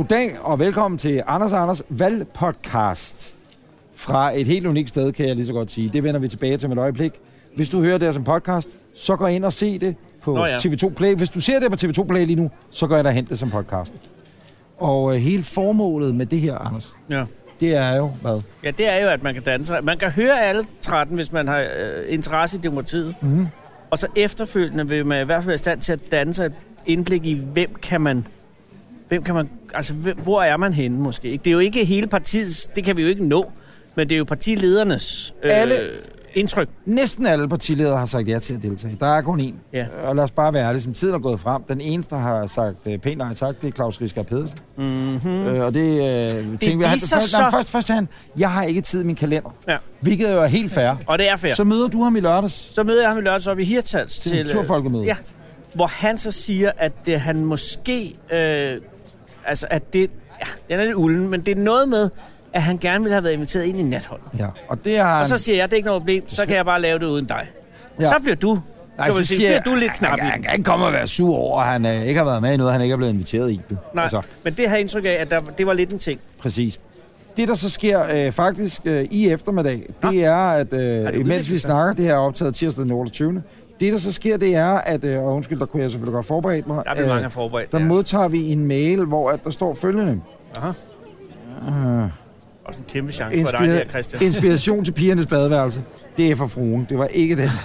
Goddag og velkommen til Anders valgpodcast. Fra et helt unikt sted, kan jeg lige så godt sige. Det vender vi tilbage til med et øjeblik. Hvis du hører det her som podcast, så gå ind og se det på TV2 Play. Hvis du ser det på TV2 Play lige nu, så går jeg der og hente det som podcast. Og hele formålet med det her, Anders, det er jo hvad? Ja, det er jo, at man kan danse. Man kan høre alle 13, hvis man har interesse i demokratiet. Mm-hmm. Og så efterfølgende vil man i hvert fald være i stand til at danse et indblik i, hvem kan man, altså hvor er man henne måske? Det er jo ikke hele partiets, det kan vi jo ikke nå, men det er jo partiledernes indtryk. Næsten alle partiledere har sagt ja til at deltage. Der er kun én. Ja. Og lad os bare være ærlige, som tiden er gået frem. Den eneste, der har sagt pænt nej tak, det er Klaus Riskær Pedersen. Mm-hmm. Og det tænker vi... Først han, jeg har ikke tid i min kalender. Ja. Hvilket jo er helt fair. Og det er fair. Så møder du ham i lørdags. Så møder jeg ham i lørdags oppe i Hirtshals til Naturfolkemøde. Ja. Hvor han så siger, at han måske... at det... Ja, den er lidt ulden, men det er noget med... at han gerne ville have været inviteret ind i natholdet. Ja, og så siger jeg, det er ikke noget problem, så kan jeg bare lave det uden dig. Ja. Så bliver du, bliver du lidt knap i. Han kan ikke komme og være sur over, at han ikke har været med i noget, han ikke er blevet inviteret i. Nej, altså. Men det har indtryk af, at det var lidt en ting. Præcis. Det, der så sker faktisk i eftermiddag, det er, at imens vi snakker, det her er optaget tirsdag den 28. Det, der så sker, det er, at, og undskyld, der kunne jeg selvfølgelig godt forberedt mig. Der er mange forberedt. Der modtager vi en mail, hvor der står følgende. Aha. Også en kæmpe chance for dig, der, Christian. Inspiration til pigernes badeværelse. Det er for fruen. Det var ikke det.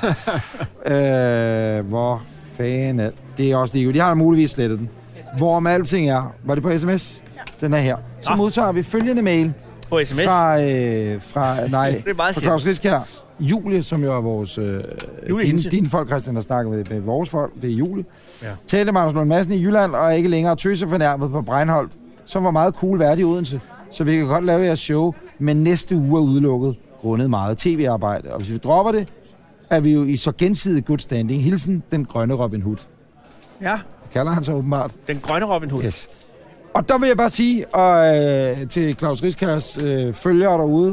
Hvor fanden er det? Er også det. De har da muligvis slettet den. Hvorom alting er. Var det på sms? Ja. Den er her. Så modtager vi følgende mail. På sms? Fra Klaus Riskær. Julie, som jo er vores... Dine folk, Christian, der snakker med vores folk. Det er Julie. Ja. Talte Magnus Lund Madsen i Jylland, og er ikke længere tøsefornærmet på Breinholt, som var meget cool vært i Odense. Så vi kan godt lave jeres show, men næste uge er udelukket grundet meget tv-arbejde. Og hvis vi dropper det, er vi jo i så gensidig good standing. Hilsen, den grønne Robin Hood. Ja. Det kalder han så åbenbart. Den grønne Robin Hood. Yes. Og der vil jeg bare sige til Klaus Riskærs følgere derude,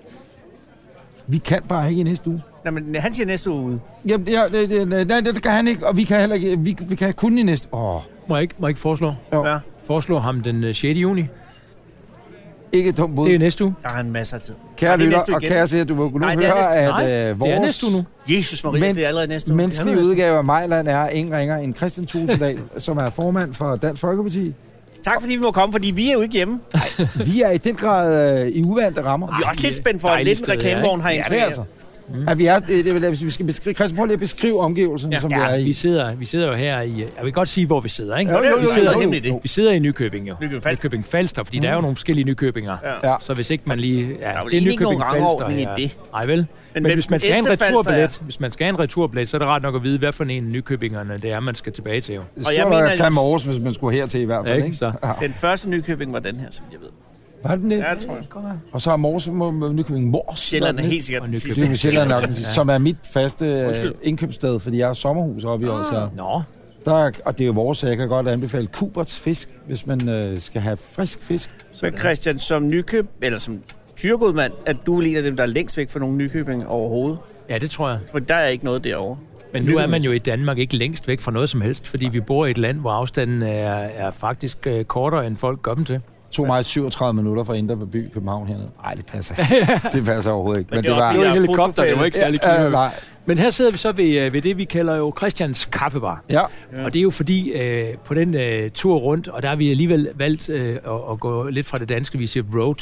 vi kan bare ikke i næste uge. Nej, men han siger næste uge ude. Nej, det kan han ikke, og vi kan heller ikke. Vi kan kun i næste... Må jeg ikke foreslå? Ja. Foreslå ham den 6. juni. Ikke et dumt bud. Det er næste uge. Der er en masse af tid. Kære lytter, og kære siger, du vil nu høre, at vores... det er næste uge nu. Jesus Maria, det er allerede næste uge. Menneskelige udgave af Mejland er ingen ringer end Christian Tulsendal, som er formand for Dansk Folkeparti. Tak fordi vi må komme, fordi vi er jo ikke hjemme. Vi er i den grad i uvante rammer. Vi er også lidt spændt for, at lidt en reklamevogn har indtryk. Ja, det er altså. At vi er, hvis vi skal beskrive, Christian, prøv lige at beskrive omgivelserne, som vi er i. Vi sidder jo her i... Jeg vil godt sige, hvor vi sidder, ikke? Vi sidder i Nykøbing, jo. Nykøbing Falster, fordi der er jo nogle forskellige Nykøbinger. Ja. Så hvis ikke man lige... Ja, det er Nykøbing Falster. Ja. Nej, vel? Men hvis man skal have en returbillet, så er det ret nok at vide, hvad for en Nykøbingerne det er, man skal tilbage til. Jo. Og jeg mener, at tage med Aarhus, hvis man skulle hertil i hvert fald, ikke? Den første Nykøbing var den her, som jeg ved. Var den det? Ja, det tror jeg. Og så er Nykøbing Mors. Sjælland er helt sikkert den sidste. Det er Sjælland nok, som er mit faste indkøbssted, fordi jeg har sommerhus oppe i Odsherred. Nå. Og det er jo vores, så jeg kan godt anbefale Kuberts fisk, hvis man skal have frisk fisk. Men Christian, som som tyregodmand, at du er en af dem, der er længst væk fra nogle Nykøbing overhovedet? Ja, det tror jeg. For der er ikke noget derovre. Men nu er man jo i Danmark ikke længst væk fra noget som helst, fordi vi bor i et land, hvor afstanden er faktisk kortere, end folk gør dem til. Det tog mig 37 minutter fra Indre by København hernede. Nej, det passer Det passer overhovedet ikke. Men det var en helikopter, det var ikke særlig klima. Men her sidder vi så ved det, vi kalder jo Christians Kaffebar. Ja. Og det er jo fordi, på den tur rundt, og der har vi alligevel valgt at gå lidt fra det danske, vi siger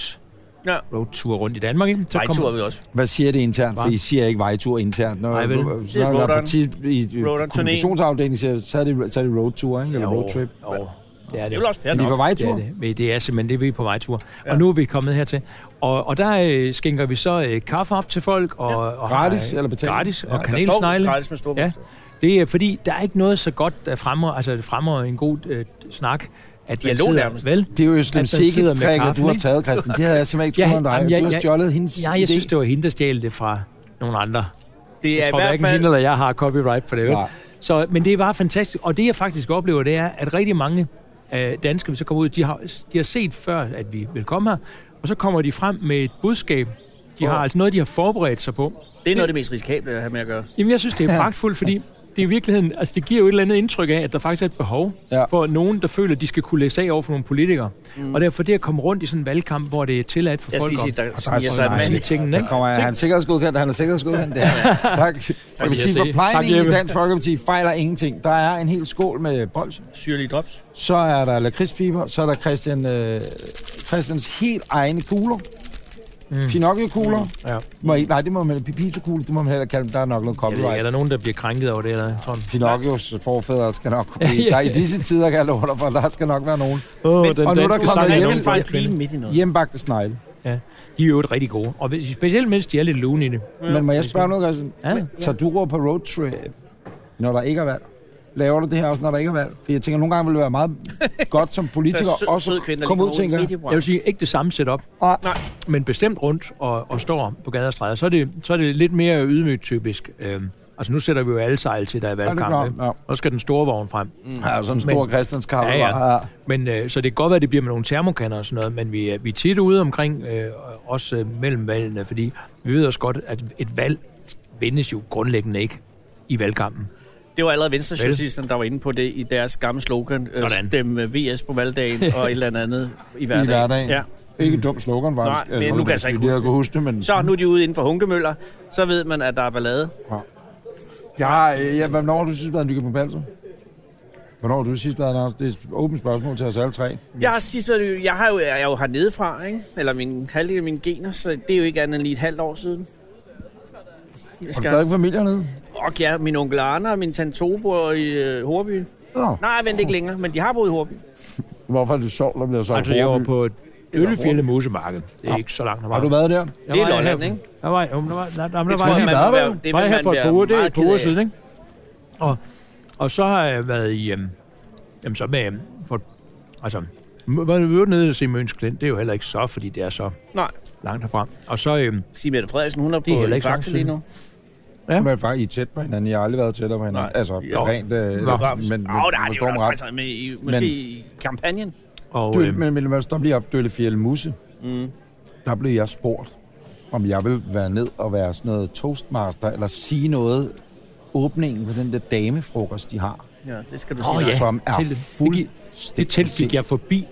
roadtur rundt i Danmark. Ikke? Vejtur vi også. Hvad siger det internt? For I siger ikke vejtur internt. Nej, vel. Når parti i kommunikationsafdelingen siger, så er det roadtur, ikke? Eller roadtrip. Det er også fair nok. Vi er på vejtur. Det er simpelthen det, vi er på vejtur. Ja. Og nu er vi kommet hertil. Og der skænker vi så kaffe op til folk. Og gratis eller betalt? Gratis, og kanelsnegle. Gratis med stor det er fordi, der er ikke noget så godt, der fremmer en god snak. At dialog nærmest. Vel? Det er jo Slim Sikkert-trækket, du har taget, Christian. Det havde jeg simpelthen ikke troet om dig. Du har stjålet hendes jeg synes, det var hende, der stjal det fra nogle andre. Det er jeg tror hverken hende eller jeg har copyright for det. Så, men det var fantastisk. Og det, jeg faktisk oplever, det er, at rigtig mange danskere, vi så kommer ud, de har set før, at vi vil komme her, og så kommer de frem med et budskab. De har altså noget, de har forberedt sig på. Det er noget af det mest risikable at have med at gøre. Jamen, jeg synes, det er pragtfuldt, fordi det i virkeligheden, altså det giver jo et eller andet indtryk af, at der faktisk er et behov for nogen, der føler, at de skal kunne læse af over for nogle politikere. Og derfor det at komme rundt i sådan en valgkamp, hvor det er tilladt for folk der kommer han sikkerhedsgodkendt, han er sikkerhedsgodkendt. Tak. Jeg vil sige, forplejningen i Dansk Folkeparti fejler ingenting. Der er en hel skål med bolsje. Syrlige drops. Så er der lakridspiber, så er der Christians helt egne kugler. Pinocchio-kugler. Nej, det må man pipito-kugler, det må man heller kalde dem. Der er nok noget copyright. Er der nogen, der bliver krænket over det? Eller sådan? Pinocchios forfædre skal nok blive. Der i disse tider, kan jeg love dig for, der skal nok være nogen. Og nu er der kommet faktisk lige midt i noget. Hjemmebagte snegle. Ja, de er jo rigtig gode. Og specielt mens de er lidt lune i det. Men må jeg spørge noget, Christian? Tager du på roadtrip, når der ikke er valg? Laver du det her også, når der ikke er valg? For jeg tænker, nogle gange vil det være meget godt som politiker også komme ud, tænker jeg. Jeg vil sige, ikke det samme setup, men bestemt rundt og står på gader og stræder. Så er det lidt mere ydmygt typisk. Altså nu sætter vi jo alle sejl til, der er valgkamp. Ja. Og så skal den store vogn frem. Ja, sådan en stor Christians kaffe. Ja. Men så det kan godt være, at det bliver med nogle termokanner og sådan noget, men vi er tit ude omkring, også mellem valgene, fordi vi ved også godt, at et valg vindes jo grundlæggende ikke i valgkampen. Det var allerede Venstresocialisterne, der var inde på det i deres gamle slogan. Stemme VS på valgdagen og et eller andet i hverdagen. I hverdagen. Ja. Ikke et dumt slogan, faktisk. Nej, men nu kan jeg så ikke huske det. Men... Så nu er de ude inden for Hunkemøller, så ved man, at der er ballade. Hvornår har du sidst været en Nykøbing Falster? Hvornår har du sidst været, Anders? Det er et åbent spørgsmål til os alle tre. Jeg har sidst været... Jeg er jo hernede fra, ikke? Eller halvdel af mine gener, så det er jo ikke andet end lige et halvt år siden. Har du stadig familie hernede? Ja, min onkel Arne og min tante Tove bor i Horby. Nej, vent ikke længere, men de har boet i Horby. Hvorfor er det sjovt, der bliver så altså, jeg var på Ølfjælde Mosemarked. Det er ikke så langt herfra. Har du været der? Det er Lolland, ikke? Der var her for et par uger, det er et par uger siden, ikke? Og så har jeg været i... Jamen så med... var det nede og se Møns Klint, det er jo heller ikke så, fordi det er så langt herfra. Og så... Sig Mette Frederiksen, hun er på Faxe lige nu. Ja. Men faktisk tæt på hinanden. Jeg har aldrig været tættere på hinanden. Altså, rent... Men der har de jo også faktisk med måske i kampagnen. Men lad os stoppe lige op. Døllefjælde Musse. Der blev jeg spurgt, om jeg vil være ned og være sådan noget toastmaster, eller sige noget åbningen på den der damefrokost, de har. Ja, det skal du sige. Som er det telt fik jeg forbi.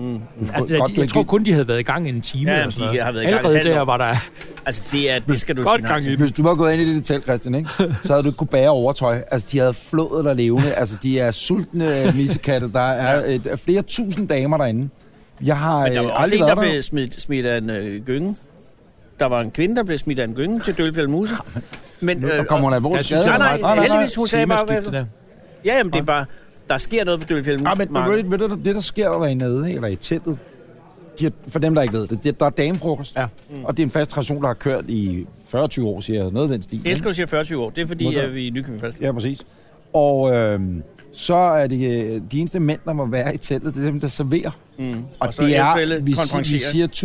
Jeg tror kun, de havde været i gang en time. Ja, eller sådan noget. Har været i gang allerede der var der... Altså, det skal du sige. Hvis du var gået ind i det telt, Christian, ikke? Så havde du ikke kunne bære overtøj. Altså, de havde flået der levende. Altså, de er sultne missekatte. Der er flere tusind damer derinde. Jeg har men der var også en, der blev smidt af en gynge. Der var en kvinde, der blev smidt af en gynge til Døllefjælde Muse. Men kommer hun alvorligt skade? Nej, heldigvis, hun sagde bare... Ja, jamen, det er bare... Der sker noget på Døllefjælde Muse. Men det, der sker derinde, eller i teltet, for dem, der ikke ved det, der er damefrokost. Ja. Og det er en fast tradition, der har kørt i 40-20 år, siger jeg. Noget af den stil. Jeg elsker, du siger 40-20 år. Det er fordi, vi er i Nykøbing Falster. Ja, præcis. Og så er det de eneste mænd, der må være i teltet, det er dem, der serverer. Og det er, vi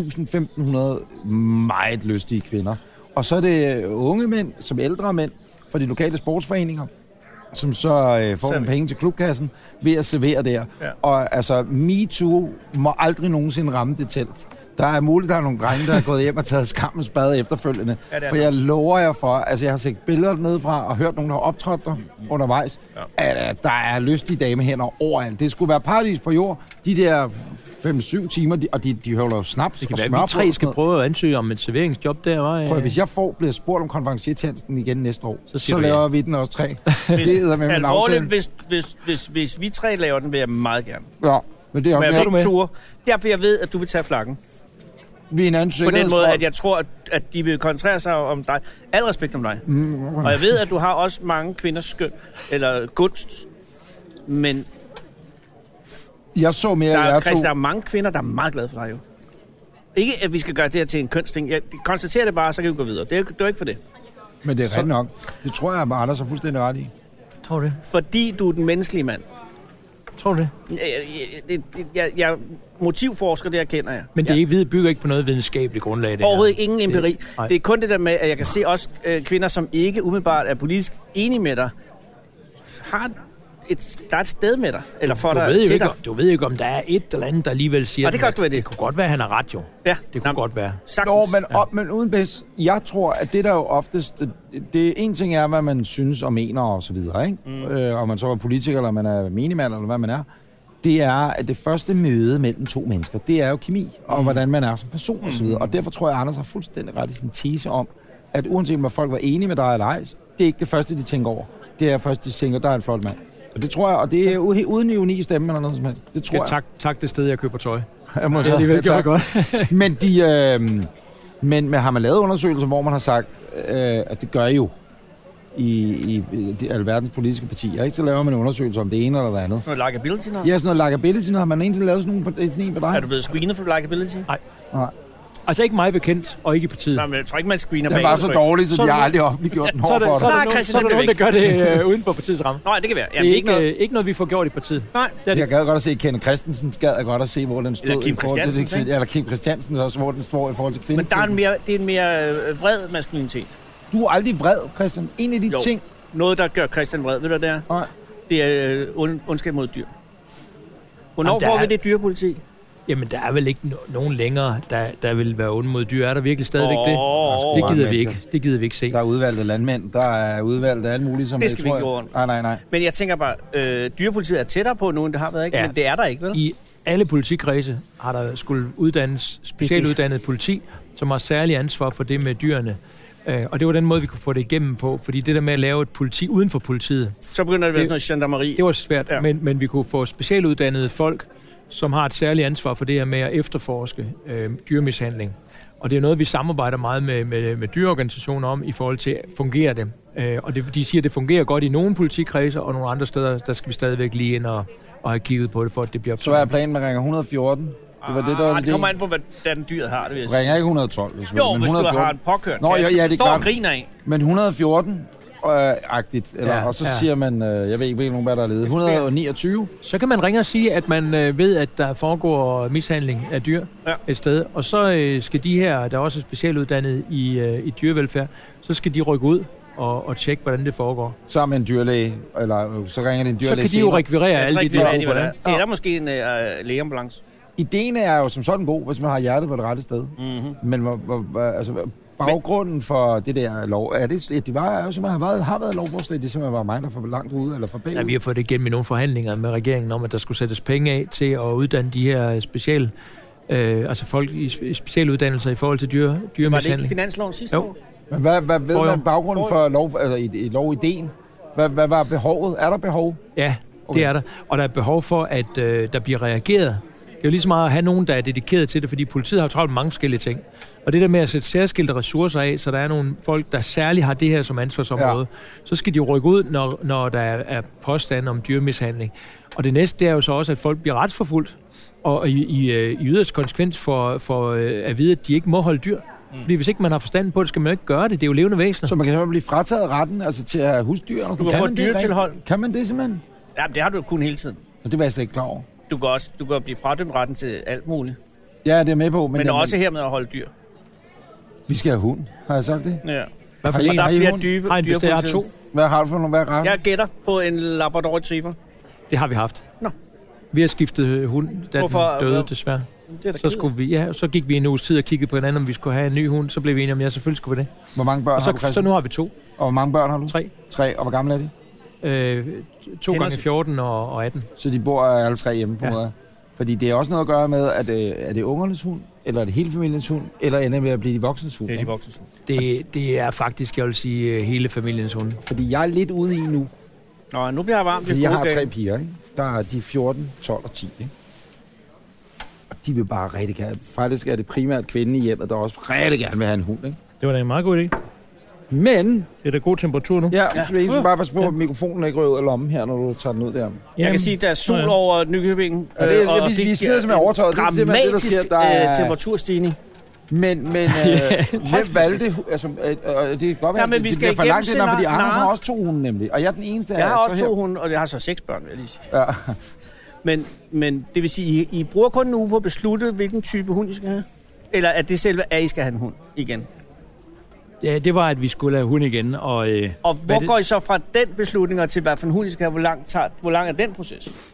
siger 1.500 meget lystige kvinder. Og så er det unge mænd, som ældre mænd, fra de lokale sportsforeninger, som så får nogle penge til klubkassen ved at servere der. Ja. Og altså, MeToo må aldrig nogensinde ramme det telt. Der er muligt, der er nogle drenge, der er gået hjem og taget skammens bad efterfølgende. Ja, for jeg lover jer for, altså jeg har set billeder nedefra og hørt nogen, der har optrådt der undervejs, at der er lystige damehænder overalt. Det skulle være paradis på jord. De der 5-7 timer, de holder jo snaps og smør. Det kan være, vi tre skal prøve at ansøge om et serveringsjob der, var. Prøv, hvis jeg bliver spurgt om konferenciertjenesten igen næste år, så laver vi den også 3. Det er med min aftale. Hvis vi 3 laver den, vil jeg meget gerne. Ja, men det er også med. Derfor jeg ved, at du vil tage flakken. Vi er en anden på den måde, at jeg tror, at de vil koncentrere sig om dig. Al respekt om dig. Og jeg ved, at du har også mange kvinders skøn, eller gunst, men jeg så mere, der er mange kvinder, der er meget glade for dig jo. Ikke, at vi skal gøre det her til en kønsting. Jeg konstaterer det bare, så kan vi gå videre. Det er ikke for det. Men det er rigtigt nok. Det tror jeg, at Anders har fuldstændig ret i. Tror det? Fordi du er den menneskelige mand. Tror du det? Jeg motivforsker, det erkender jeg. Men det bygger ikke på noget videnskabeligt grundlag. Det overhovedet her. Ingen empiri. Det er kun det der med, at jeg kan se også kvinder, som ikke umiddelbart er politisk enige med dig, har der er et sted med dig, eller for dig til dig. Du ved ikke, om der er et eller andet, der alligevel siger, det kunne godt være, at han har ret, jo. Ja. Det kunne godt være. Men uden bedst, jeg tror, at det der jo oftest, det en ting er, hvad man synes og mener og så videre, ikke? Om man så er politiker, eller man er menigmand, eller hvad man er. Det er, at det første møde mellem to mennesker, det er jo kemi, og hvordan man er som person og så videre. Og derfor tror jeg, at Anders har fuldstændig ret i sin tese om, at uanset om folk var enige med dig eller ej, det er ikke det første, de tænker over. Det er først, de tænker, der er en flot mand. Og det tror jeg, og det er uden ironi stemme eller noget som helst. Det tror jeg. Tak det sted, jeg køber tøj. Jeg må det gøre godt. Men har man lavet undersøgelser, hvor man har sagt, at det gør jo i alverdens politiske partier, ikke? Så laver man en undersøgelse om det ene eller det andet. Sådan noget likability noget? Ja, sådan noget likability noget. Har man egentlig lavet sådan en på dig? Er du blevet screenet for likability? Nej. Altså ikke mig bekendt, og ikke i partiet. Nej, men jeg tror ikke, man screener bag. Det var så dårligt, så de har aldrig offentliggjort den hård for dig. Så er der nogen, der gør det uden for partiets ramme. Nej, det kan være. Jamen, det er ikke noget, vi får gjort i partiet. Nej. Jeg gad godt at se Kenneth Christensen, gad jeg godt at se, hvor den stod. Eller Kim Christiansen, eller Kim Christiansen også, hvor den står i forhold til kvinder. Men det er en mere vred maskulinitet. Du er aldrig vred, Christian. En af de ting... Noget, der gør Christian vred, ved du det er? Nej. Det er ondskab mod dyr. Hvornår får vi det dyrepoliti? Jamen, der er vel ikke nogen længere, der vil være onde mod dyr. Er der virkelig stadigvæk det? Det gider vi ikke. Det gider vi ikke se. Der er udvalgte landmænd, der er udvalgte alt muligt. Som det skal vi ikke over. Nej. Men jeg tænker bare, dyrepolitiet er tættere på nu, end det har været, ikke? Ja. Men det er der ikke, vel? I alle politikredse har der skulle uddannes specialuddannet politi, som har særlig ansvar for det med dyrene. Og det var den måde, vi kunne få det igennem på, fordi det der med at lave et politi uden for politiet... Så begynder det at være noget gendarmeri. Det var svært, ja. men vi kunne få specialuddannede folk, som har et særligt ansvar for det her med at efterforske dyremishandling. Og det er noget, vi samarbejder meget med dyreorganisationer om, i forhold til, fungerer det. Og de siger, at det fungerer godt i nogle politikredser, og nogle andre steder, der skal vi stadigvæk lige ind og have kigget på det, for at det bliver... Så er planen med ringer 114. Det var det kommer an på, hvordan dyret har det, vil jeg sige. Ringer ikke 112, hvis jo, hvis du har en påkørt. Nå, ja, det står og griner af. Men 114... agtigt, og så siger man, jeg ved ikke nogen, hvad der er ledet, 129. Så kan man ringe og sige, at man ved, at der foregår mishandling af dyr et sted, og så skal de her, der er også specialuddannet i dyrevelfærd, så skal de rykke ud og tjekke, hvordan det foregår. Sammen med en dyrlæge, eller så ringer de en dyrlæge. Så kan de jo rekvirere alle de dyr. Eller måske en lægeambulance. Ideen er jo som sådan god, hvis man har hjertet på det rette sted. Mm-hmm. Men baggrunden for det der lov, er det var jo simpelthen har været lovforslag, det simpelthen var mig, der for langt ude, eller for bagud? Ja, vi har fået det igennem i nogle forhandlinger med regeringen om, at der skulle sættes penge af til at uddanne de her folk i specialuddannelser i forhold til dyremishandling. Var det ikke finansloven sidste år? Men hvad ved man baggrunden for lovideen? Hvad var behovet? Er der behov? Ja, det er der. Og der er behov for, at der bliver reageret. Det er jo lige så meget at have nogen, der er dedikeret til det, fordi politiet har travlt mange forskellige ting. Og det der med at sætte særskilte ressourcer af, så der er nogle folk, der særligt har det her som ansvarsområde, så skal de jo rykke ud, når der er påstand om dyremishandling. Og det næste, det er jo så også, at folk bliver retsforfulgt, og i yderst konsekvens for at vide, at de ikke må holde dyr. Fordi hvis ikke man har forstand på det, skal man jo ikke gøre det. Det er jo levende væsener. Så man kan simpelthen blive frataget retten til at have husdyr? Du kan få et dyretilhold. Kan man det simpelthen? Ja, det har du kun hele tiden. Og det var jeg slet ikke klar over. Du kan blive fradømt retten til alt muligt. Ja, det er med på. Men også her med at holde dyr. Vi skal have hund, har jeg sagt det? Ja. Hvad for en? Der bliver dyrepolitiet. 2. Hvad har du for nogle værre? Jeg gætter på en Labrador Retriever. Det har vi haft. Nå. Vi har skiftet hund, da den døde desværre. Så gik vi en uges tid og kiggede på hinanden, om vi skulle have en ny hund. Så blev vi enige om, selvfølgelig skulle vi det. Hvor mange børn har du, Så nu har vi 2. Og hvor mange børn har du? 3. Og hvor gamle er de? 2 gange 14 og 18. Så de bor alle 3 hjemme på måde? Fordi det er også noget at gøre med, at er det ungernes hund, eller er det hele familiens hund, eller ender med at blive de voksnes hund? Det er de voksnes hund. Det er faktisk, jeg vil sige, hele familiens hund. Fordi jeg er lidt ude i nu. Nå, nu bliver jeg varmt. Fordi jeg har 3 piger, ikke? Der er de 14, 12 og 10, ikke? Og de vil bare rigtig gerne. Faktisk er det primært kvinden i hjemmet, der også rigtig gerne vil have en hund, ikke? Det var da en meget god idé. Men... Er der god temperatur nu? Ja, så vi skal bare passe på, at mikrofonen ikke rører ud af lommen her, når du tager den ud der. Jeg kan sige, at der er sol over Nykøbing. Vi smider simpelthen overtøjet. Det er dramatisk temperaturstigning. Men hvem valgte... Altså, det er godt være, men vi skal for langt ind, fordi Anders har også 2 hunde nemlig. Og jeg er den eneste af... Jeg har også 2 hunde, og jeg har så 6 børn, vil jeg lige sige. Ja. Men det vil sige, I bruger kun en uge på at beslutte, hvilken type hund I skal have? Eller er det selve, at I skal have en hund igen? Ja, det var, at vi skulle have hund igen. Og hvor går I så fra den beslutning til, hvad for en hund I skal have? Hvor lang er den proces?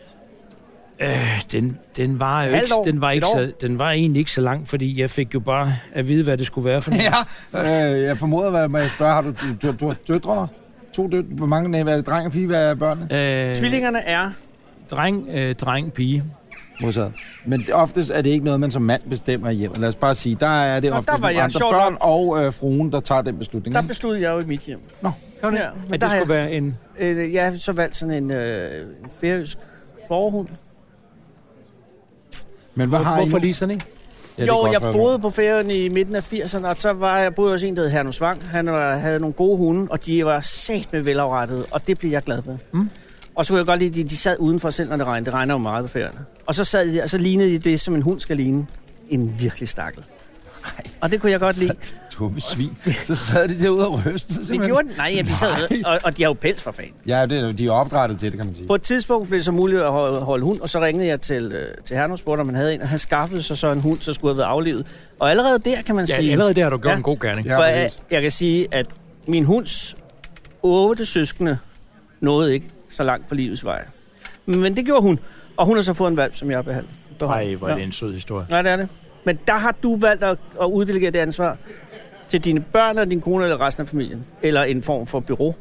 Den var jo den var egentlig ikke så lang, fordi jeg fik jo bare at vide, hvad det skulle være for noget. Ja, jeg formoder, hvad man spørger. Har du døtre? 2 døtre? Hvor mange er det? Dreng og pige? Hvad er børnene? Tvillingerne er... Dreng, pige. Modsat. Men oftest er det ikke noget, man som mand bestemmer hjem. Lad os bare sige, der er det oftest nogle andre børn og fruen, der tager den beslutning. Der besluttede jeg jo i mit hjem. Nå, ja, men det skulle være en... Jeg har så valgt sådan en færøsk forhund. Men hvorfor lige sådan, ikke? Ja, jeg boede på Færøerne i midten af 80'erne, og så boede også en, der hed Hernos Vang. Han havde nogle gode hunde, og de var satme velafrettede, og det blev jeg glad for. Og så kunne jeg godt lide, at de sad udenfor selv, når det regnede. Det regner jo meget på Færøerne. Og så sad de, og så lignede de det, som en hund skal ligne. En virkelig stakkel. Og det kunne jeg godt lide. Dumme svin. Så sad de derude og rystede. Det gjorde de. Nej, de sad og de har jo pels for fanden. Ja, de er opdrettet til det, kan man sige. På et tidspunkt blev det så muligt at holde hund, og så ringede jeg til Hernos, spurgte, om han havde en, og han skaffede sig så en hund, så skulle have været aflivet. Og allerede der kan man sige... Ja, allerede der har du gjort en god gerning. Ja, jeg kan sige, at min hunds 8 søskende nåede ikke så langt på livets vej. Men det gjorde hun, og hun har så fået en valp, som jeg har behandlet. Nej, hvor er det en sød historie. Nej, det er det. Men der har du valgt at uddelegere det ansvar til dine børn og din kone eller resten af familien? Eller en form for bureau?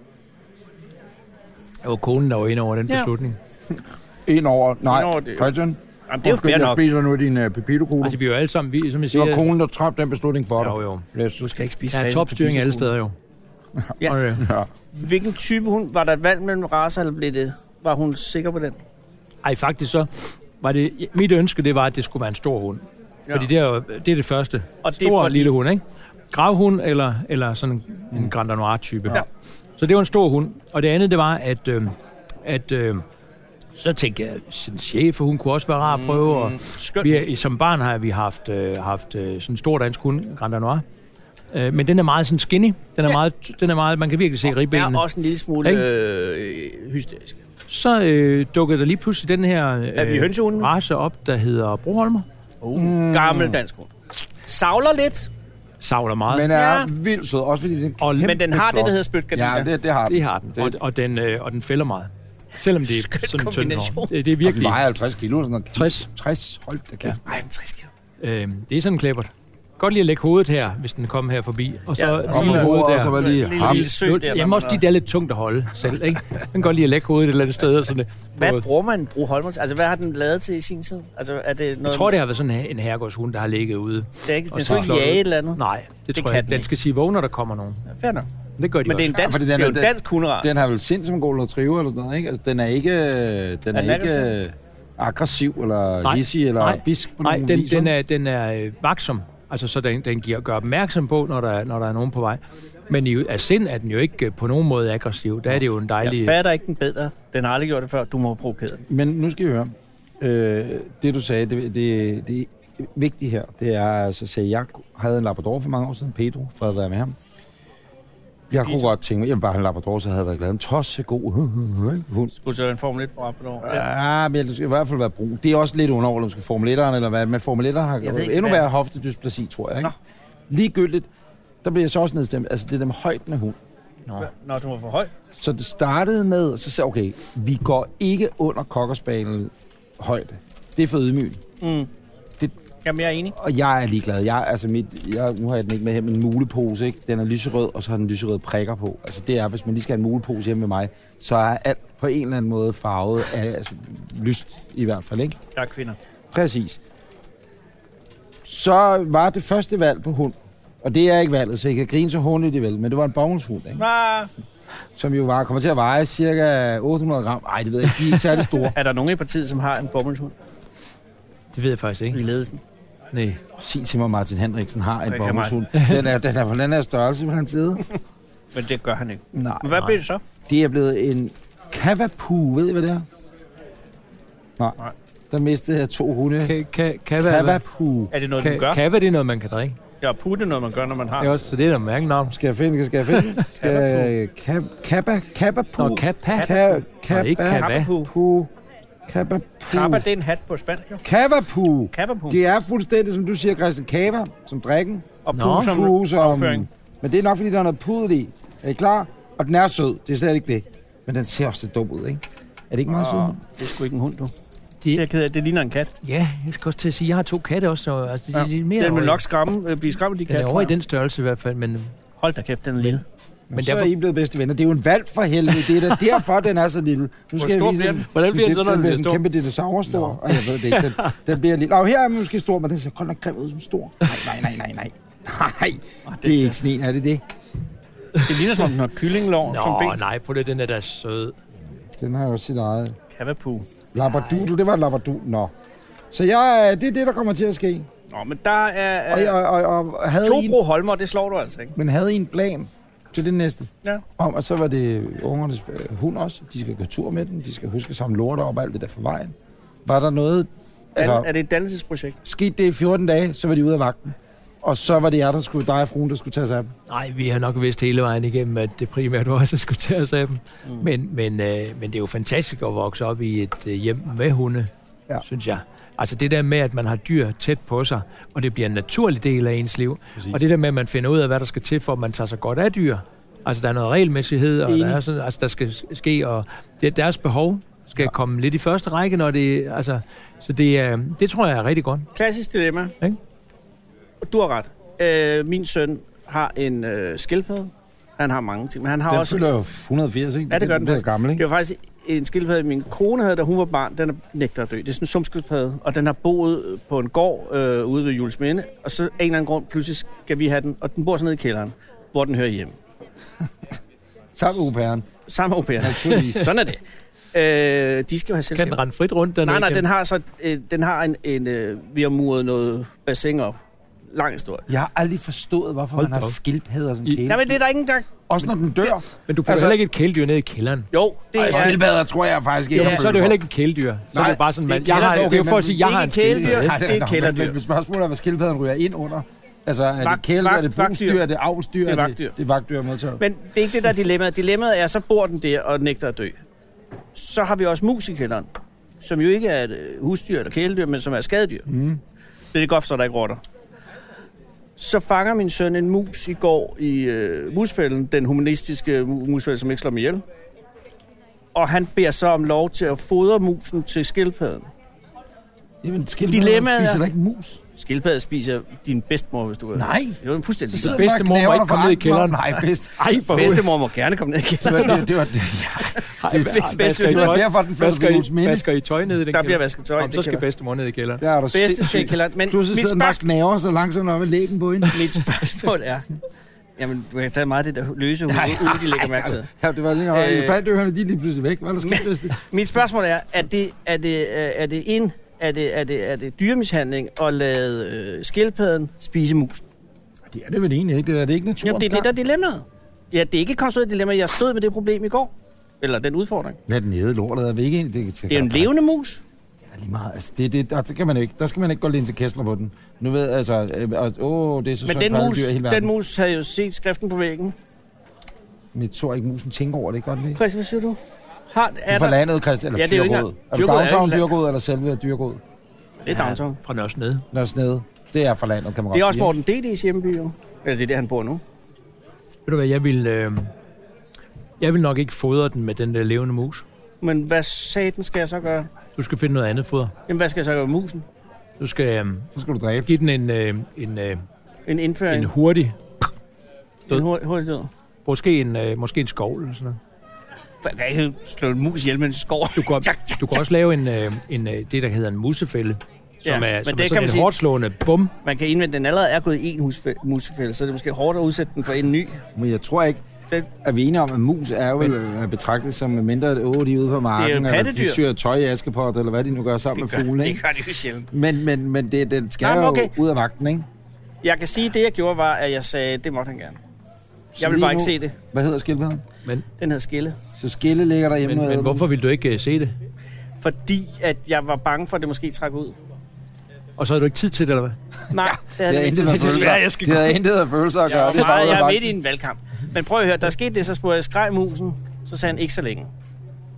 Det var konen, der var inde over den beslutning. Ind over? Nej, Christian? Jamen, det er jo fair nok. Jeg spiser nu din Pepito-kugle. Altså, vi er jo alle sammen, som jeg siger... Det var konen, der træffede den beslutning for dig. Jo. Yes. Du skal ikke spise der er topstyring alle steder jo. Ja. Okay. Ja. Hvilken type hund? Var der et valg mellem racer, eller blev det? Var hun sikker på den? Ej, faktisk så var det... Mit ønske, det var, at det skulle være en stor hund. Ja. Fordi det er det første. Og stor lille hund, ikke? Gravhund eller sådan en Grand Danois-type. Ja. Så det var en stor hund. Og det andet, det var, at så tænkte jeg, sådan en schæferhund kunne også være rar at prøve. Og som barn har vi haft sådan en stor dansk hund, Grand Danois. Men den er meget sådan skinny. Den er meget, man kan virkelig se ribbenene. Er også en lille smule hysterisk. Så dukkede der lige pludselig den her race op, der hedder Broholmer. Gammel dansk hund. Savler lidt. Savler meget. Men er vildt sød, også fordi den men den har det, der hedder spytgardiner. Ja, det har den. Det har den. Og den fælder meget. Selvom det er sådan en tynd hår. Det er virkelig... Og den vejer 50 kilo eller sådan noget. 60. Hold da kæft. Ja. Ej, 60 kilo. Det er sådan en klæbert. Godt lige at lægge hovedet her, hvis den kommer her forbi. Og så hovedet der. Og så var lige Jamen også det er lidt tungt at holde selv, ikke? Den kan godt lige at lægge hovedet et eller andet sted. Og sådan det. Hvad bruger man Broholmer? Altså, hvad har den lavet til i sin tid? Altså, er det noget... Jeg tror, det har været sådan en herregårdshund, der har ligget ude. Den skal ikke jage et eller andet? Nej, det tror jeg. Den skal sige vågen, når der kommer nogen. Ja, fair nok. Det gør de men også. Det er en dansk hunderas. Den har vel sind som en golden retriever eller sådan noget, ikke? Altså, den er ikke aggressiv eller hissig eller bisk på nogen vis. Nej, den er vaksom. Altså, så den gør opmærksom på, når der er nogen på vej. Men af sind er den jo ikke på nogen måde aggressiv. Der er det jo en dejlig... Jeg fatter ikke den bedre. Den har aldrig gjort det før. Du må provokere den. Men nu skal I høre. Det du sagde, det vigtige her, det er altså, så jeg havde en labrador for mange år siden, Pedro, for at være med ham. Jeg kunne godt tænke mig, jeg bare en labrador, så havde jeg været glad. En tossegod hund. Skulle så en Formel 1 på labrador? Ja, men det skal i hvert fald være brug. Det er også lidt underordnet, om skal Formel 1'eren eller hvad. Men Formel 1'eren har endnu værre hoftedysplasi, tror jeg. Ikke? Ligegyldigt, der bliver jeg så også nedstemt. Altså, det er dem højden af hund. Nå, du var for høj. Så det startede med, så sagde okay, vi går ikke under Cocker-Spaniel højde. Det er for ydmygende. Jamen, jeg er enig. Og jeg er ligeglad. Nu har jeg den ikke med her, men en mulepose, ikke? Den er lyserød, og så har den lyserøde prikker på. Altså det er, hvis man lige skal have en mulepose hjemme med mig, så er alt på en eller anden måde farvet af lyst i hvert fald, ikke? Jeg er kvinder. Præcis. Så var det første valg på hund. Og det er ikke valget, så jeg kan grine så håndligt, vel. Men det var en bomuldshund, ikke? Som jo kommer til at veje cirka 800 gram. Ej, det ved jeg ikke. De er ikke særlig store. Er der nogen i partiet, som har en bomuldshund? Det ved jeg faktisk ikke. I ledelsen? Nej. Sig til mig, Martin Henriksen har en bomuldshund. Den er størrelse på hans side. Men det gør han ikke. Nej. Men hvad blev det så? Det er blevet en Cavapoo. Ved I, hvad det er? Nej. Der mistede jeg 2 hunde. Cavapoo. Er det noget, du gør? Kava, det er noget, man kan drikke. Ja, poo, det er noget, man gør, når man har. Det er også, så det er noget mærkeligt navn. Skal jeg finde? Cavapoo. Nå, Kappa. Ikke Kava. Cavapoo. Kavapu. Kava, det er en hat på spansk, jo. Kavapu. Kavapu. Det er fuldstændig, som du siger, Christian. Kava, som drikken. Og pu som opføring. Men det er nok, fordi der er noget pudel i. Er I klar? Og den er sød. Det er slet ikke det. Men den ser også lidt dum ud, ikke? Er det ikke meget sød? Det er sgu ikke en hund, du. Det ligner en kat. Ja, jeg skal også til at sige, jeg har 2 katte også. Så, altså, ja. Den vil nok blive skræmme, de katte. Den er over i den størrelse i hvert fald, men... Hold da kæft, den er lille. Men derfor er I blevet bedste venner. Det er jo en valg for helvede. Det er derfor, den er så lille. Nu skal jeg vise den. Hvordan bliver den, når den bliver stor? Den kæmpe dinosaur-stor. Og jeg ved det ikke. Den bliver lille. Her er måske stor, men den ser godt nok grim ud som stor. Nej. Det er ikke snen, er det det? Det ligner som om den har kyllinglår som ben. Nej, på det, den er da sød. Den har jo sit eget. Kavapu. Labradoodle, det var Labradoodle. Nå. Så det er det, der kommer til at ske. Nå, men der er... Og havde 2 Bro Holmer, det slår du altså ikke. Men havde I en plan til det næste? Ja. Og så var det ungernes hund også. De skal gå tur med den. De skal huske at samle lorter op og alt det der for vejen. Var der noget... Altså, er det et dannelsesprojekt? Skete det i 14 dage, så var de ude af vagten. Og så var det jer, dig og fruen, der skulle tage sig af dem? Nej, vi har nok vidst hele vejen igennem, at det primært var os, der skulle tage sig af dem. Men det er jo fantastisk at vokse op i et hjem med hunde, synes jeg. Altså det der med, at man har dyr tæt på sig, og det bliver en naturlig del af ens liv. Præcis. Og det der med, at man finder ud af, hvad der skal til, for at man tager sig godt af dyr. Altså der er noget regelmæssighed, og der skal ske, og deres behov skal komme lidt i første række, når det... Altså, så det tror jeg er rigtig godt. Klassisk dilemma. Ikke? Du har ret. Min søn har en skildpadde. Han har mange ting, men han har den også... Den fylder 180, ikke? Ja, det gør den. Det er gammel, ikke? Det var faktisk en skildpadde, min kone havde, da hun var barn. Den er nægter at dø. Det er sådan en sumskildpadde, og den har boet på en gård ude ved Juelsminde, og så af en eller anden grund pludselig skal vi have den, og den bor så nede i kælderen, hvor den hører hjemme. Sammen med au-pairen. Sammen med au-pairen. Sådan er det. De skal jo have selskab. Kan den rende frit rundt? Nej, den har vi har muret noget bassin op. Lang historie. Jeg har aldrig forstået, hvorfor man har skildpadder som kæledyr. Nej, men det er der ingen, der... Også når den dør. Men du putter heller ikke et kæledyr ned i kælderen. Jo, det er... Skildpadder tror jeg faktisk ikke. Jo, så er det jo heller ikke et kæledyr. Så er det bare sådan, det er jo for at sige, jeg har en skildpadde. Det er et kæledyr. Men spørgsmålet er, hvad skildpadden ryger ind under. Altså, er det kæledyr, er det brugsdyr, er det avlsdyr, er det vagtdyr modtaget? Men det er ikke det, der er dilemmaet. Dilemmaet er, så bor den der og nægter at dø. Så har vi også mus i kælderen, som jo ikke er et husdyr eller kæledyr, men som er skadedyr. Det er godt, så der ikke rotter. Så fanger min søn en mus i går i musfælden, den humanistiske musfælde, som ikke slår mig ihjel. Og han beder så om lov til at fodre musen til skildpadden. Jamen, skildpadden spiser da ikke mus. Skildpadden spiser din bedstemor, hvis du vil. Nej. Det er fuldstændig. Så bedstemor må ikke komme ned i kælderen. Nej, bedstemor må gerne komme ned i kælderen. Det var derfor, den flyttede til Juelsminde. Vasker I tøj ned i den kælderen? Der bliver vasket tøj. Så skal bedstemor ned i kælderen. Der er du bedste skal i kælderen. Men pludselig sidder den bare knaver så langsomt op i lægen på hende. Mit spørgsmål er... Jamen, du kan tage meget af det der løse hoved, uden de lægger mærke til. Ja, det var lige noget. Fanddøhørende, de er lige pludselig væk. Hvad er der sket, bedste? Mit spørgsmål er, er det dyremishandling at lade skildpadden spise musen? Det er det vel egentlig ikke. Det er det ikke naturen. Jamen, det er det, der er dilemmaet. Ja, det er ikke et konstrueret dilemma. Jeg stod med det problem i går. Eller den udfordring. Ja, den nede lortet er vi ikke egentlig. Det er en levende mus. Ja, lige meget. Altså, det kan man ikke. Der skal man ikke gå Linse Kessler på den. Nu ved altså... det er så men den mus havde jo set skriften på væggen. Men jeg tror ikke, musen tænker over det. Godt lige. Christian, hvad siger du? Er for landet, Christian, eller Dyrgård? Er det Downtown Dyrgård, eller selve Dyrgård? Det er Downtown. Fra Nørresnede. Nørresnede. Det er for landet, kan man godt sige. Det er også Morten D.D.'s hjemby, jo. Eller det er der, han bor nu. Ved du hvad, jeg vil nok ikke fodre den med den der levende mus. Men hvad satan skal jeg så gøre? Du skal finde noget andet foder. Jamen, hvad skal jeg så gøre med musen? Så skal du dræbe. Give den en indføring. En hurtig død. En hurtig død. Måske en skovl eller sådan noget. Hvad kan jeg slå en mus ihjel med en skov? Du kan også lave det, der hedder en musefælde. Som er sådan en hårdt slående bum. Man kan indvende, at den allerede er gået i en musefælde, så det er måske hårdt at udsætte den for en ny. Men jeg tror ikke, at vi enige om, at mus er jo betragtet som mindre, de er ude på marken, eller de syr tøj i Askepot, eller hvad de nu gør sammen med fugle. Det gør de jo sjældent. Men den skal jo ud af vagten, ikke? Jeg kan sige, at det jeg gjorde var, at jeg sagde, det måtte han gerne. Jeg vil bare ikke se det. Hvad hedder skildpadden? Den hedder Skille. Så Skille ligger der hjemme. Men hvorfor vil du ikke se det? Fordi at jeg var bange for, at det måske trækker ud. Og så havde du ikke tid til det, eller hvad? Nej, det havde intet af følelser at gøre. Jeg er midt i en valgkamp. Men prøv at høre, der skete det, så spurgte jeg, skreg musen, så sagde han ikke så længe.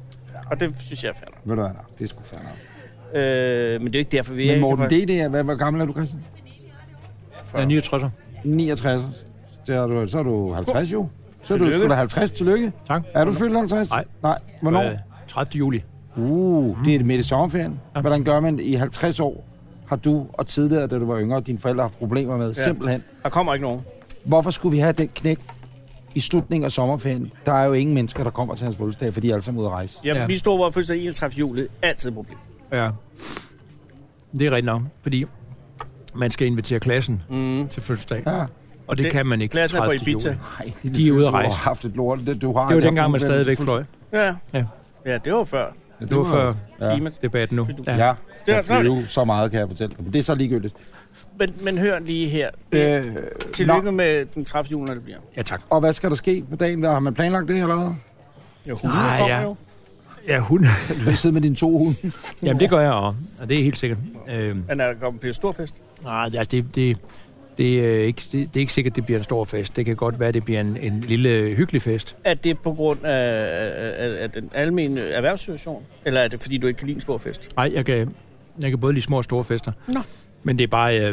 Og det synes jeg er fair nok. Ved du hvad, det er sgu fair nok. Men det er ikke derfor, vi Men Morten, det er, hvor gammel er du, Christian? Jeg er 69. 69. Så er du 50 jo. Så er du sgu da 50. Tillykke. Tak. Er du fyldt 50? Nej. Hvornår? 30. juli. Det er det midt i sommerferien. Ja. Hvordan gør man i 50 år? Har du og tidligere, da du var yngre, dine forældre haft problemer med? Ja. Simpelthen. Der kommer ikke nogen. Hvorfor skulle vi have den knæk i slutningen af sommerferien? Der er jo ingen mennesker, der kommer til hans fødselsdag, fordi de er alle sammen ude at rejse. Ja, vi står hvor fødselsdag 31. juli. Altid et problem. Ja. Det er rigtigt nok, fordi man skal invitere klassen til fødselsdag. Ja. Og det kan man ikke. Klassen er på Ibiza. Nej, de er ude at rejse. Du har haft et lort. Det var dengang, man stadigvæk fløj. Ja, det var før. Ja, det var før klimadebatten nu. Ja, jeg flyver så meget, kan jeg fortælle dig. Men det er så ligegyldigt. Men hør lige her. Tillykke med den 30. juli, når det bliver. Ja, tak. Og hvad skal der ske på dagen? Har man planlagt det eller hvad? Jo, hunden kommer jo. Ja, hunden. Du vil sidde med dine 2 hunde. Jamen, det gør jeg også. Og det er helt sikkert. Men er der kommet til en stor fest? Nej, det er ikke sikkert, det bliver en stor fest. Det kan godt være, det bliver en lille hyggelig fest. Er det på grund af den almene erhvervssituation? Eller er det, fordi du ikke kan lide en stor fest? Nej, jeg kan både lide små og store fester. Nå. Men det er bare,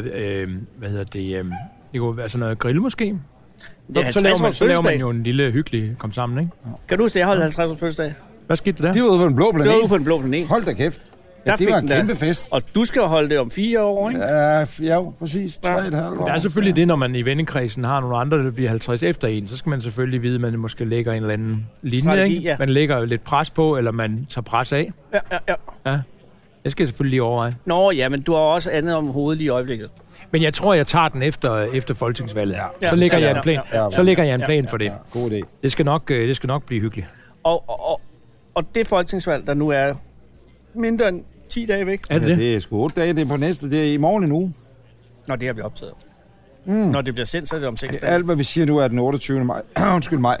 det kunne være sådan noget grill måske. Så laver man jo en lille hyggelig kom sammen, ikke? Kan du huske, jeg holdt 50 års fødselsdag? Hvad skete der? Det var ude på en blå planet. Hold da kæft. Ja, det var en kæmpe fest. Og du skal jo holde det om 4 år, ikke? Ja, præcis. 3,5 år. Der er selvfølgelig det, når man i vennekredsen har nogle andre, der bliver 50 efter en, så skal man selvfølgelig vide, at man måske lægger en eller anden linje, strategi, ikke? Ja. Man lægger jo lidt pres på, eller man tager pres af. Ja. Det skal jeg selvfølgelig lige overveje. Nå ja, men du har også andet om hovedet lige i øjeblikket. Men jeg tror, jeg tager den efter folketingsvalget. Ja. Så lægger jeg en plan. Så lægger jeg en plan for det. God idé. Det skal nok blive hyggeligt. Og det folketingsvalg, der nu er mindre end 10 dage væk. Er det? Det er sgu 8 dage, det er på næste. Det er i morgen endnu. Når det her bliver optaget. Når det bliver sendt, så er det om 6 dage. Alt, hvad vi siger nu, er den 28. maj. Undskyld mig.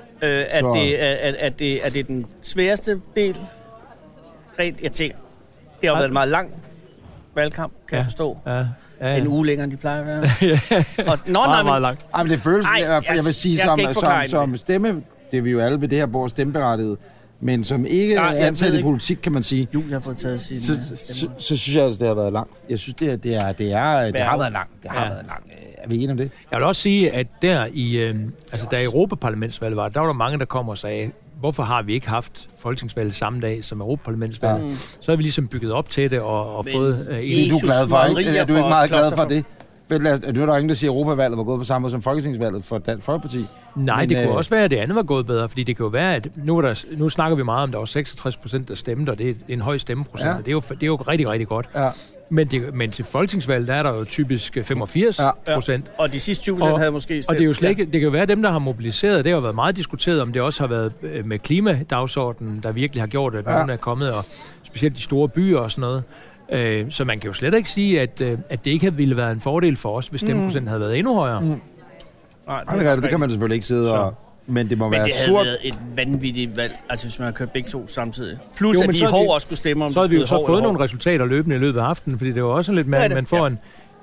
Er det den sværeste del? Rent, jeg tænker, det har været en meget lang valgkamp, kan jeg forstå. Ja. En uge længere, end de plejer at være. Meget langt. Jamen, det føles, jeg vil sige, som stemme, det er vi jo alle ved det her bord stemmeberettiget, men som ikke er ansat i politik, kan man sige. Julie har fået taget sin stemme. Så synes jeg, at det har været langt. Jeg synes, det har været langt. Det har været langt. Er vi enige om det? Jeg vil også sige, at der da Europaparlamentsvalget var, der var der mange, der kom og sagde, hvorfor har vi ikke haft folketingsvalget samme dag som Europaparlamentsvalget? Ja. Så har vi ligesom bygget op til det og fået... Det er du glad for, ikke? Er du ikke meget glad for det? Nu er der ingen, der siger, at Europavalget var gået på samme måde som folketingsvalget for Dansk Folkeparti. Nej, det kunne også være, at det andet var gået bedre, fordi det kan jo være, at nu snakker vi meget om, at der var 66%, der stemte, og det er en høj stemmeprocent, og det er jo rigtig, rigtig godt. Ja. Men til folketingsvalget, der er der jo typisk 85%. Ja. Og de sidste 20% havde måske stemt. Og det er jo slet ikke, det kan jo være dem, der har mobiliseret. Det har jo været meget diskuteret, om det også har været med klimadagsordenen, der virkelig har gjort, at nogen er kommet, og specielt de store byer og sådan noget. Så man kan jo slet ikke sige, at det ikke ville være en fordel for os, hvis stemmeprocenten havde været endnu højere. Nej, det kan man selvfølgelig ikke sidde og... Men det må være surt. Men det havde været et vanvittigt valg, altså hvis man har kørt begge to samtidig. Plus at de også skulle stemme om. Så har vi jo så fået nogle resultater løbende i løbet af aftenen, fordi det var også lidt med, at man får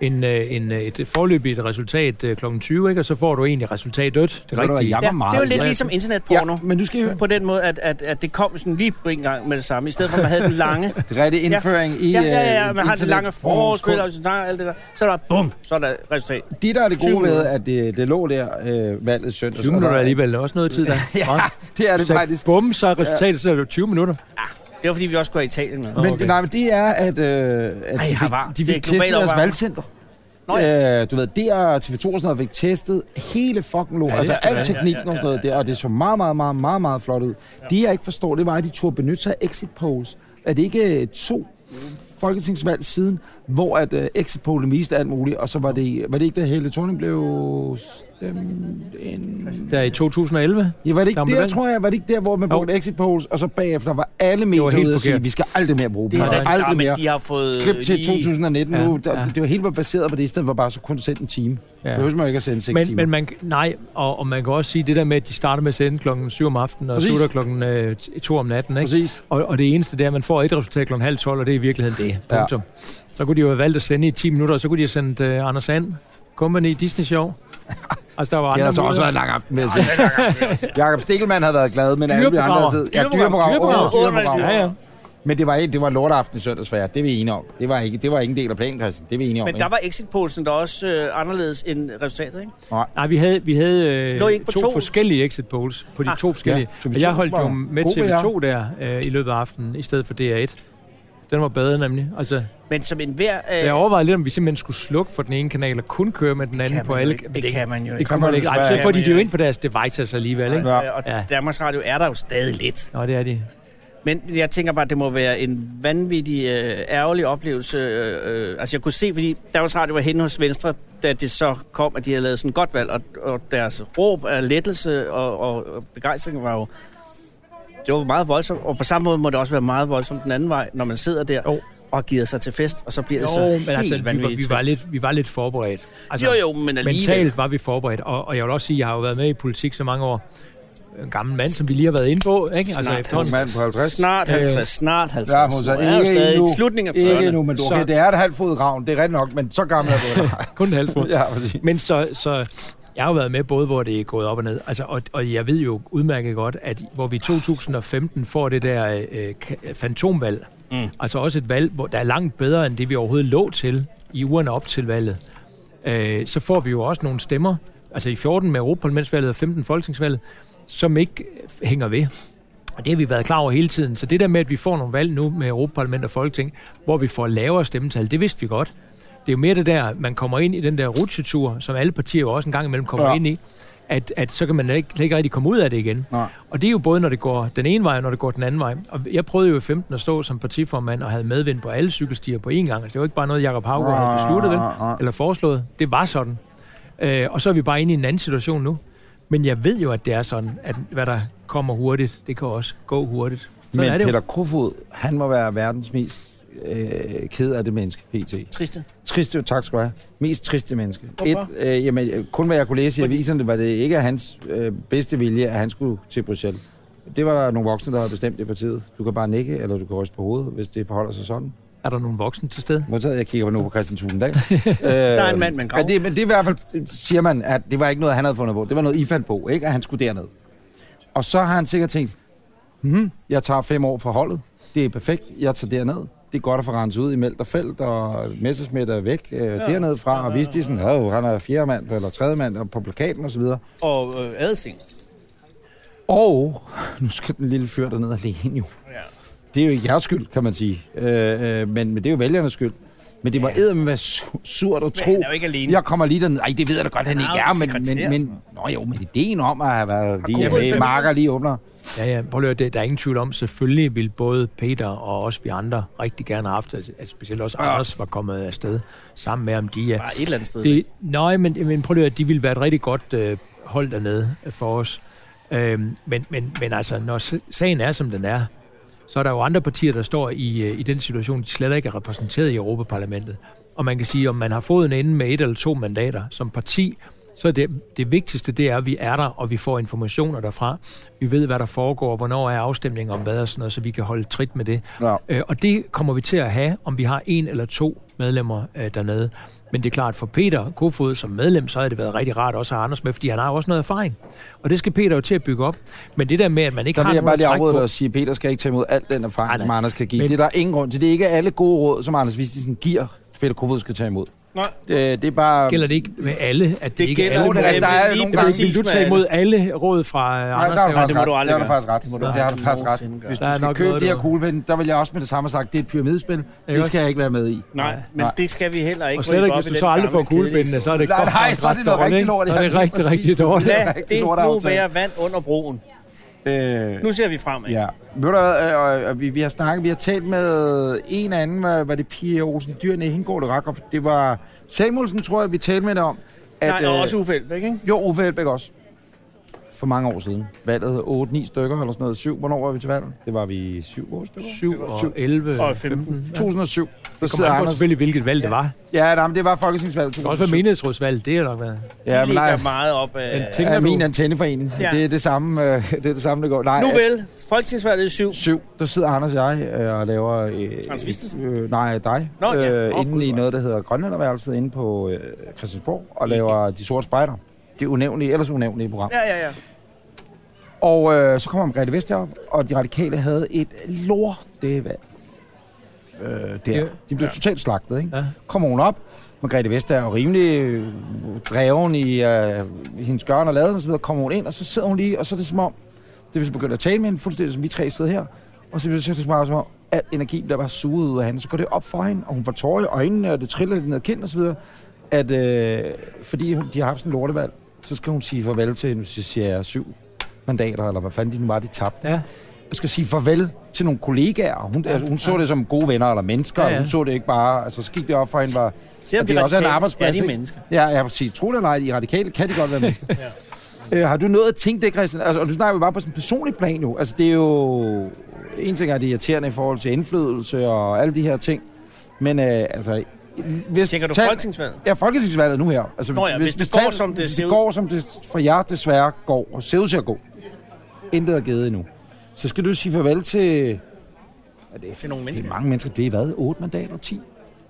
et forløbigt resultat kl. 20, ikke? Og så får du egentlig resultatet. Det er jo lidt ligesom internetporno. Ja, men du skal jo... På den måde, at det kom sådan lige på en gang med det samme, i stedet for at man havde den lange... Det er rigtig indføring i... Ja, man har det lange forspil og alt det der. Så er der bum, så er der resultat. Det der er det gode ved, at det lå der valget søndag. 20 minutter alligevel også noget tid der. Ja, det er det faktisk. Bum, så er resultatet, så er det 20 minutter. Det var fordi, vi også går i Italien med. Men, nej, men det er, at de fik testet deres valgcenter. Du ved, DR TV2 og sådan noget fik testet hele fucking lort, altså al teknikken og sådan noget der, og det så meget flot ud. Det jeg ikke forstår, det var, at de turde benytte sig af exit polls. Er det ikke 2 folketingsvalg siden, hvor at exit pollen viste alt muligt, og så var det ikke, da Helle Thorning blev der i 2011? Ja, var det ikke der, tror jeg? Var det ikke der, hvor man brugte exit polls, og så bagefter var alle medier ude og sige, at vi skal aldrig mere bruge dem. Aldrig mere. De har fået klip til 2019 nu. Det var helt baseret på det, i stedet for bare så kun at sende en time. Det behøver man ikke at sende 6 timer. Men og man kan også sige det der med, at de starter med at sende klokken 7 om aftenen og slutter klokken 2 om natten. Ikke? Præcis. Og det eneste der, man får et resultat klokken 11:30, og det er i virkeligheden det. Punktum. Så kunne de jo have valgt at sende i 10 minutter, og så kunne de have sendt Anders And Company Disney Show. Altså, der var det har også været en lang aften, vil jeg sige. Jakob Stikkelmann havde været glad, men alle de andre havde siddet. Ja, dyreprogram. Ja. Men det var lorteaften i søndags for jer. Det er vi enige om. Det var ikke en del af planen, Christian. Det er vi enige om. Men der var exit-polsen der også anderledes end resultatet, ikke? Nej, vi havde to forskellige exit polls på de to forskellige. Ja, og jeg holdt jo med TV2 der i løbet af aftenen, i stedet for DR1. Den var bedre nemlig. Altså, men som en hver... Jeg overvejede lidt, om vi simpelthen skulle slukke for den ene kanal og kun køre med den anden på alle... Det kan man jo ikke. Det kan man ikke. Ej, så får de jo ind på deres devices alligevel, ikke? Ja. Og Danmarks Radio er der jo stadig lidt. Nå, det er de. Men jeg tænker bare, at det må være en vanvittig ærgerlig oplevelse. Altså jeg kunne se, fordi Danmarks Radio var henne hos Venstre, da det så kom, at de havde lavet sådan et godt valg, og deres råb af lettelse og begejstring var jo... Det var meget voldsomt, og på samme måde må det også være meget voldsomt den anden vej, når man sidder der og giver sig til fest, og så bliver det så helt vanvittigt. Vi var lidt forberedt. Altså, jo, men alligevel. Mentalt var vi forberedt, og jeg vil også sige, at jeg har jo været med i politik så mange år. En gammel mand, som vi lige har været inde på, ikke? Altså, mand på 50. Snart 50. Ja, ikke endnu. Slutningen af 40'erne. Ikke endnu, men okay, det er et halvfod graven, det er ret nok, men så gammel er det. Kun en halvfod. Ja, men så jeg har jo været med både, hvor det er gået op og ned, altså, og jeg ved jo udmærket godt, at hvor vi i 2015 får det der fantomvalg, altså også et valg, hvor der er langt bedre, end det vi overhovedet lå til i ugerne op til valget, så får vi jo også nogle stemmer, altså i 14 med Europaparlamentsvalget og 15 folketingsvalget, som ikke hænger ved. Og det har vi været klar over hele tiden. Så det der med, at vi får nogle valg nu med Europaparlament og Folketing, hvor vi får lavere stemmetal, det vidste vi godt. Det er jo mere det der, man kommer ind i den der rutsjetur, som alle partier jo også en gang imellem kommer ind i, at så kan man ikke rigtig komme ud af det igen. Ja. Og det er jo både, når det går den ene vej, og når det går den anden vej. Og jeg prøvede jo i 15 at stå som partiformand og havde medvind på alle cykelstier på én gang. Altså, det var ikke bare noget, Jakob Haugaard havde besluttet, eller foreslået. Det var sådan. Og så er vi bare inde i en anden situation nu. Men jeg ved jo, at det er sådan, at hvad der kommer hurtigt, det kan også gå hurtigt. Så men Peter Kofod, han må være verdens mest ked af det menneske, PT. Triste, tak skal du have. Mest triste menneske. Jamen, kun hvad jeg kunne læse i aviserne, var det ikke af hans bedste vilje, at han skulle til Bruxelles. Det var der nogle voksne, der havde bestemt i partiet. Du kan bare nikke, eller du kan ryste på hovedet, hvis det forholder sig sådan. Er der nogle voksne til stede? Jeg kigger nu på Christian Tulendal. Der er en mand med en grav. Men det er i hvert fald, siger man, at det var ikke noget, han havde fundet på. Det var noget, I fandt på, ikke? At han skulle derned. Og så har han sikkert tænkt, jeg tager 5 år for holdet. Det er perfekt. Jeg tager derned. Det er godt at få renset ud i Meldt og Felt, og Messerschmidt er væk dernede fra, og Vistisen, han er 4. mand, eller 3. mand, og på plakaten og så videre. Og Adelsing. Og nu skal den lille fyr dernede alene jo. Ja. Det er jo ikke jeres skyld, kan man sige. Men det er jo vælgernes skyld. Men det var eddermame være surt at tro. Jeg kommer lige derned. Ej, det ved jeg da godt, han ikke er. Men ideen om at have været lige med marker lige åbner. Ja, prøv at høre, der er ingen tvivl om. Selvfølgelig vil både Peter og os vi andre rigtig gerne have haft, at specielt også Anders var kommet afsted sammen med, om de er... Bare et eller andet sted. Men prøv at høre, de ville være et rigtig godt hold dernede for os. Men altså, når sagen er, som den er, så er der jo andre partier, der står i den situation, de slet ikke er repræsenteret i Europaparlamentet. Og man kan sige, om man har fået en ende med 1 eller 2 mandater som parti, så er det vigtigste, det er, at vi er der, og vi får informationer derfra. Vi ved, hvad der foregår, hvornår er afstemningen om hvad og sådan noget, så vi kan holde trit med det. Ja. Og det kommer vi til at have, om vi har 1 eller 2 medlemmer dernede. Men det er klart, for Peter Kofod som medlem, så har det været rigtig rart også at have Anders med, fordi han har jo også noget erfaring. Og det skal Peter jo til at bygge op. Men det der med, at man ikke har noget at trække på... Så vil jeg bare lige afråde dig og sige, at Peter skal ikke tage imod alt den erfaring, som Anders kan give. Det er der ingen grund til. Det er ikke alle gode råd, som Anders Vistisen giver, Peter Kofod skal tage imod. Nej. Det er bare... Gælder det ikke med alle? At det ikke gælder alle? Der er nogle gange... Vil du tage imod alle råd fra Anders? Nej, det må du aldrig gøre. Det har du faktisk ret. Hvis du skal købe de her kuglepen, der vil jeg også med det samme have sagt, det er et pyramidespil. Det skal jeg ikke være med i. Nej, men det skal vi heller ikke. Og slet ikke, hvis du så aldrig får kuglepindene, så er det godt. Nej, så er det noget rigtig lort. Så er det rigtig dårligt. Lad det nu være vand under broen. Nu ser vi fremad. Ja. Ved du, vi har snakket, vi har talt med en anden, var det Pia Olsen Dyrne, hende går det ret godt. Det var Samuelsen, tror jeg, vi talte med det om. Nej, og også Uffe Elbæk, ikke? Jo, Uffe Elbæk også. For mange år siden. Valget 8-9 stykker eller sådan noget. 7. Hvornår var vi til valget? Det var vi 7 år stykker. 7 og 11 og 15. 2007. Det kommer selvfølgelig, hvilket valg det var. Ja, det var folketingsvalget. Det var også menighedsrådsvalg, det er nok været. Ja, men ligger meget op af min antenneforening. Ja. Det er det samme, det går. Nej, nu vel, folketingsvalget er 7. 7. Der sidder Anders og jeg og laver... dig. Inde i noget, der hedder Grønlænderværelset inde på Christiansborg, og laver De Sorte Spejder. det unævnlige, ellers unævnlige program. Ja. Og så kommer Margrethe Vestager op, og de radikale havde et lortevalg. Der. De blev totalt slagtet, ikke? Ja. Kommer hun op, Margrethe Vestager er jo rimelig dreven i hendes gøren og laden og så videre, kommer hun ind, og så sidder hun lige, og så er det som om, det vil så begynde at tale med hende, fuldstændig som vi tre sidder her, og så bliver det som om, at energien der var suget ud af hende, så går det op for hende, og hun får tårer i øjnene, og det triller lidt ned ad kind og så videre, at fordi de har haft sådan en lortevalg, så skal hun sige farvel til, nu siger jeg 7 mandater, eller hvad fanden de nu var, de tabte. Ja. Jeg skal sige farvel til nogle kollegaer. Hun så det som gode venner eller mennesker. Ja. Hun så det ikke bare... Altså, så gik det op for hende, at det også er en arbejdsplads. Ja, de er mennesker. Ja, jeg vil sige, tro det eller ej, de radikale kan de godt være mennesker. Har du noget at tænke det, Christian? Altså, og du snakker jo bare på sådan en personlig plan nu. Altså, det er jo... En ting er det irriterende i forhold til indflydelse og alle de her ting. Men altså... Tænker du folketingsvalget? Ja, folketingsvalget nu her. Altså, hvis det går, som det ser ud. Det går, som det for jer desværre går, og ser ud til at gå. Intet er givet endnu. Så skal du sige farvel til... til nogle mennesker. Det er mange mennesker. Det er hvad? 8 mandater? 10?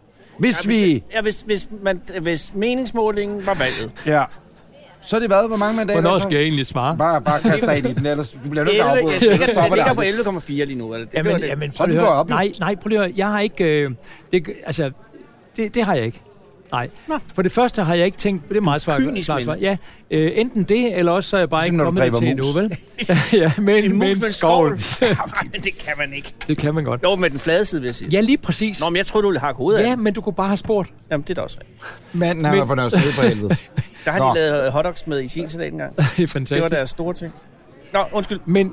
Hvis meningsmålingen var valget. Ja. Så er det hvad? Hvor mange mandater? Hvornår skal jeg egentlig svare? Bare kaste dig ind i den, ellers du bliver nødt til at afbryde. Det ligger på 11,4 lige nu. Jamen, prøv lige at høre. Nej, prøv lige at høre. Jeg har ikke... Det har jeg ikke. Nej. Nå. For det første har jeg ikke tænkt... Det er meget svært. Ja, enten det, eller også så er jeg bare ikke kommet til endnu, vel? Ja, med en skål. Det kan man ikke. Det kan man godt. Jo, med den flade side, vil jeg sige. Ja, lige præcis. Nå, men jeg troede, du ville hakke hovedet af. Ja, men du kunne bare have spurgt. Jamen, det er da også rigtigt. Manden har fornøjet sted på helvede. Der har de lavet hotdogs med i sin salat engang. Det er fantastisk. Det var deres store ting. Nå, undskyld. Men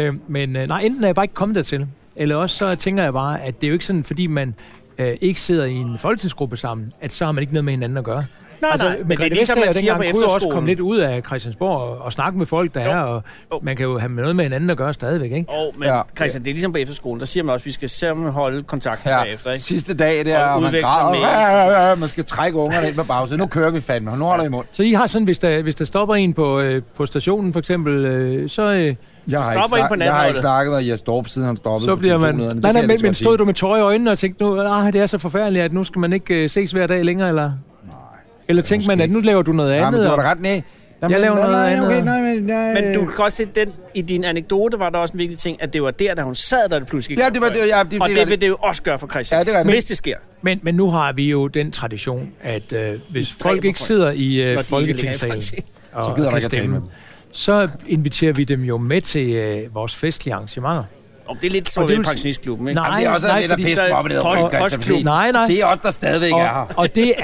nej, enten er jeg bare ikke kommet dertil, eller også så tænker jeg bare, at det er jo ikke sådan, fordi man ikke sidder i en folketingsgruppe sammen, at så har man ikke noget med hinanden at gøre. Nej, men det er ligesom, man siger på efterskolen. Kunne også komme lidt ud af Christiansborg og snakke med folk, der er, og man kan jo have noget med hinanden at gøre stadigvæk, ikke? Men Christian, det er ligesom på efterskolen, der siger man også, at vi skal sammen holde kontakten bagefter, ikke? Sidste dag, det er, og man græder, man skal trække ungerne ind på bagsiden. Nu kører vi fandme, og nu holder I mund. Så I har sådan, hvis der stopper en på stationen, for eksempel, så... Jeg har ikke snakket med Jes Dorf, siden han stoppede. Så bliver man... Nej, men stod du med tårer i øjnene og tænkte nu, det er så forfærdeligt, at nu skal man ikke ses hver dag længere, eller? Nej. Eller tænkte man, at nu laver du noget andet? Men du har da ret, nej. Jeg laver noget andet. Okay, nej. Men du kan godt se, i din anekdote var der også en vigtig ting, at det var der, da hun sad, der det pludselig gik. Ja, det var det. Og det vil det jo også gøre for Christian, hvis det sker. Men nu har vi jo den tradition, at hvis folk ikke sidder i Folketingssalen og kan stemme, så inviterer vi dem jo med til vores festlige arrangementer. Det er lidt så ved pensionistklubben, ikke? Nej, det er også lidt af pisse på, det Nej. Det er også der stadigvæk er her. Og det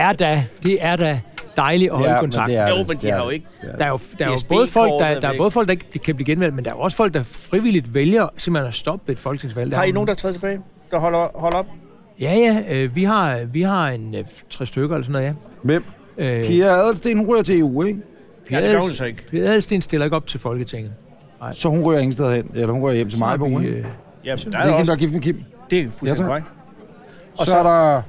er da dejligt at holde kontakt. Men de har jo ikke... Der er jo både folk, der ikke kan blive genvalgt, men der er jo også folk, der frivilligt vælger simpelthen at stoppe et folketingsvalg. Har I nogen, der træder tilbage, der holder op? Ja, vi har en 3 stykker eller sådan noget, ja. Hvem? Pia Adelsten, hun ryger til EU, ikke? Ja, det gør hun så ikke. Pia Adelsten stiller ikke op til Folketinget. Nej. Så hun ryger ingen sted hen, eller hun ryger hjem til mig på ugen. Ja, der er også... gift med Kim. Det er fuldstændig korrekt. Og så er der...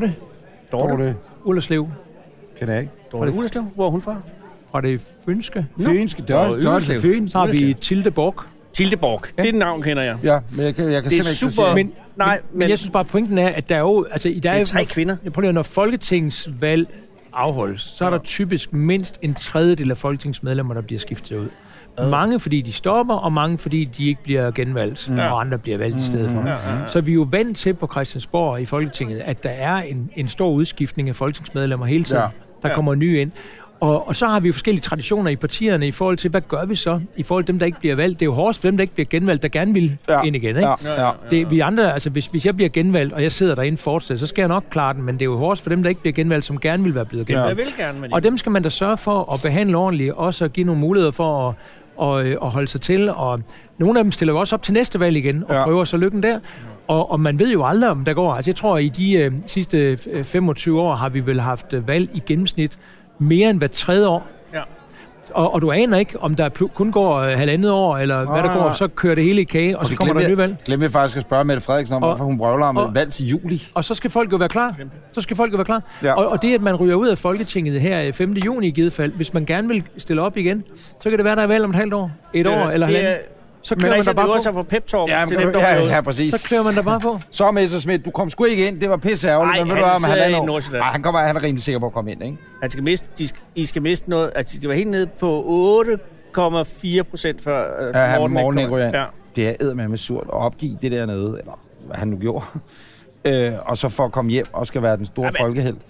Dorte. Ullerslev. Kender jeg ikke. Dorte Ullerslev? Hvor er hun fra? Og det er Fynske. Fynske, Dorte Fyn. Så har vi Tilde Borg. Tilde Borg, ja. Det navn kender jeg. Ja, men jeg kan simpelthen ikke super... Men jeg synes bare, pointen er, at der er jo... Altså, der er 3 kvinder. Prøv lige, når folketingsvalg afholdes, så er der typisk mindst en tredjedel af folketingsmedlemmer, der bliver skiftet ud. Mange fordi de stopper, og mange fordi de ikke bliver genvalgt, og andre bliver valgt i stedet for. Så vi er jo vant til på Christiansborg i Folketinget, at der er en stor udskiftning af folketingsmedlemmer hele tiden. Der kommer nye ind. Og så har vi jo forskellige traditioner i partierne i forhold til, hvad gør vi så i forhold til dem, der ikke bliver valgt. Det er jo hårdest for dem, der ikke bliver genvalgt, der gerne vil ind igen. Ikke? Det, vi andre, altså hvis jeg bliver genvalgt, og jeg sidder derinde fortsat, så skal jeg nok klare den, men det er jo hårdest for dem, der ikke bliver genvalgt, som gerne vil være blevet genvalgt. Jeg vil gerne, men... Og dem skal man da sørge for at behandle ordentligt, og også give nogle muligheder for at holde sig til. Og nogle af dem stiller jo også op til næste valg igen, og prøver så lykken der. Og man ved jo aldrig, om der går. Altså jeg tror, at i de sidste 25 år har vi vel haft valg i gennemsnit mere end hver 3. år. Ja. Og du aner ikke, om der kun går 1,5 år, eller hvad der går, så kører det hele i kage, og så kommer der en ny valg. Glemmer vi faktisk at spørge Mette Frederiksen om, hvorfor hun brøvler om valg til juli. Og så skal folk jo være klar. Ja. Og det, at man ryger ud af Folketinget her 5. juni i givet fald, hvis man gerne vil stille op igen, så kan det være, der er valg om et halvt år, 1 år eller halvandet. Så kører man der bare på. sig på pep-talk til dem, ja, præcis. Så kører man der bare på. Så Messerschmidt, du kom sgu ikke ind. Det var pisse ærgerligt. Men ved du hvad, han er rimelig sikker på at komme ind, ikke? I skal miste noget. Altså, de skal være helt nede på 8,4% før Morten ikke ryger. Ja. Det er eddermame surt at opgive det dernede, eller hvad han nu gjorde. Og så for at komme hjem og skal være den store folkehelt.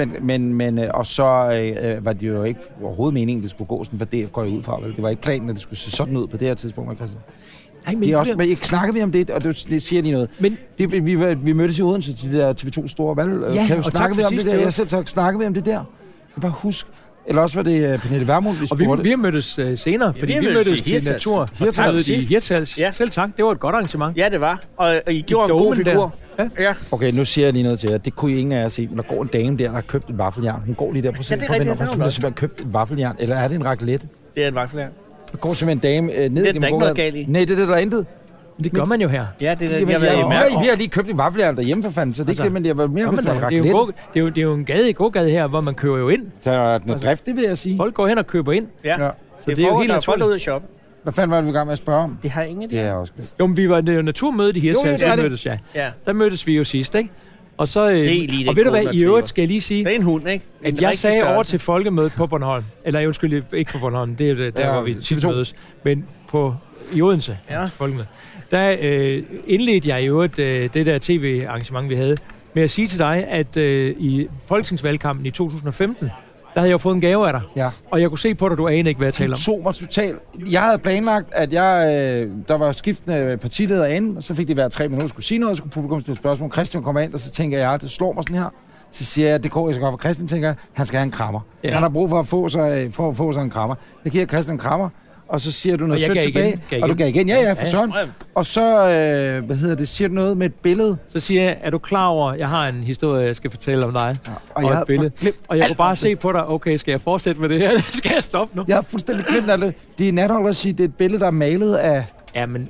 Men og så var det jo ikke overhovedet meningen, det skulle gå sådan, for det går jeg ud fra. Det var ikke planen, at det skulle se sådan ud på det her tidspunkt, Christian. Nej, men det er også, men snakker vi om det, og det siger de noget. Men det, vi mødtes i Odense til det der TV2 store valg. Ja, kan vi snakke vi om det der? Jeg selv sagt, snakker vi om det der? Jeg kan bare huske. Eller også var det Pernille Vermund, vi spurgte. Og vi har mødtes senere, fordi vi mødtes til natur. Mødet i Hirtshals. Ja. Selv tak, det var et godt arrangement. Ja, det var. Og I gjorde en god figur. Ja. Okay, nu siger jeg lige noget til jer. Det kunne I ingen af jer se, men der går en dame der har købt et vaffeljern. Hun går lige der på scenen. Ja, det er rigtigt. Hun har simpelthen købt et vaffeljern. Eller er det en raclette? Det er et vaffeljern. Der går simpelthen en dame ned i det er ikke noget galt i. Nej, det er der intet. Det gør man jo her. Ja, det er vi har lige købt en vaffeljern derhjemme for fanden, så det er ikke det, men det har mere på en raclette. Det er jo en gågade her, hvor man køber jo ind. Så er den drift, det vil jeg sige. Folk går hen og køber ind. Ja. Så det er jo helt folk ud at shoppe. Hvad fanden var det, vi var gang med at spørge om? Det har ingen idé. Det er også godt. Jo, men vi var jo naturmødet i Hirtshals, der mødtes vi jo sidst, ikke? Og så, og ved du hvad, i øvrigt skal jeg lige sige, det er en hund, ikke? At jeg sagde over til folkemødet på Bornholm, eller undskyld, ikke på Bornholm, det er der, hvor vi tit mødes, men i Odense, folkemødet. Der indledte jeg i øvrigt det der tv-arrangement, vi havde, med at sige til dig, at i folketingsvalgkampen i 2015, der havde jeg jo fået en gave af dig. Ja. Og jeg kunne se på dig, du anede ikke, hvad jeg taler om. Det tog mig totalt. Jeg havde planlagt, at der var skiftende partiledere inde, og så fik de hver 3 minutter, skulle sige noget, og så kunne publikum stille spørgsmål. Christian kommer ind, og så tænker jeg, det slår mig sådan her. Så siger jeg, at det går ikke så godt for Christian, tænker han skal have en krammer. Ja. Han har brug for at få sig en krammer. Jeg giver Christian en krammer, og så siger du noget sødt tilbage, og du gav igen. Ja, for sådan. Og så, siger du noget med et billede. Så siger jeg, er du klar over, jeg har en historie, jeg skal fortælle om dig, og et billede. Og jeg kunne bare se på dig, okay, skal jeg fortsætte med det her, skal jeg stoppe nu? Jeg har fuldstændig glemt af det. Det er natholdt at sige, det er et billede, der er malet af... Ja, men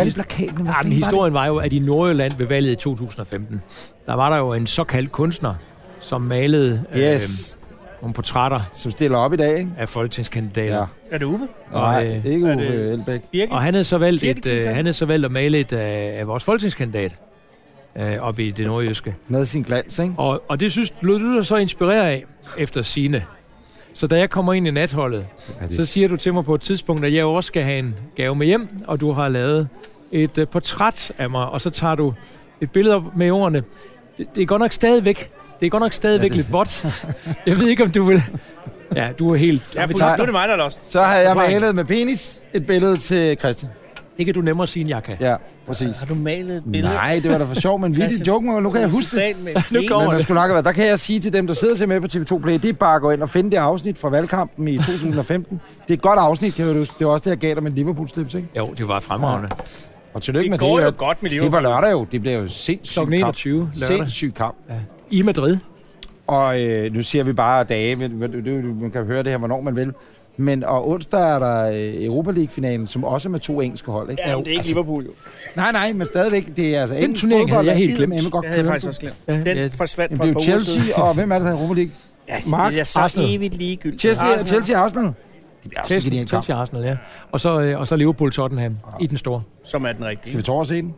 historien var jo, at i Nordjylland ved valget i 2015, der var der jo en såkaldt kunstner, som malede... nogle portrætter, som stiller op i dag, ikke? Af folketingskandidater. Ja. Er det Uffe? Nej, ikke Uffe Elbæk. Og han havde så valgt at male et af vores folketingskandidat op i det nordjyske. Med sin glans, ikke? Og det lød du så inspireret af efter sine. Så da jeg kommer ind i natholdet, så siger du til mig på et tidspunkt, at jeg også skal have en gave med hjem, og du har lavet et portræt af mig, og så tager du et billede op med ordene. Det er godt nok stadigvæk. Det er godt nok stadigvæk lidt vådt. Jeg ved ikke, om du vil... Ja, du er helt... Nu er det mig, der er lost. Så har jeg malet med penis et billede til Christian. Det kan du nemmere sige, end jeg kan. Ja, præcis. Har du malet et billede? Nej, det var da for sjov, men vildt joke, nu kan jeg huske det. Der kan jeg sige til dem, der sidder og ser med på TV2 Play, det er bare at gå ind og finde det afsnit fra valgkampen i 2015. Det er et godt afsnit, kan du. Det var også det, jeg gav dig med Liverpool-slips, ikke? Jo, det var fremragende. Og tillykke med det. Det går jo godt med Liverpool. Det var lørdag jo. Det blev jo sindssygt kamp. Ja. I Madrid. Og nu siger vi bare dage, man kan høre det her, hvornår man vil. Men og onsdag er der Europa League-finalen, som også er med 2 engelske hold, ikke? Ja, det er ikke Liverpool jo. Nej, men stadigvæk. Det er altså den turnering havde jeg helt glemt. Det havde jeg faktisk også glemt. Den forsvandt fra et par uger siden. Det er Chelsea, og hvem er det, der er Europa League? Ja, det er så evigt ligegyldigt. Chelsea Arsenal. Chelsea Arsenal, ja. Og så Liverpool Tottenham i den store. Som er den rigtige. Skal vi tåre og se den?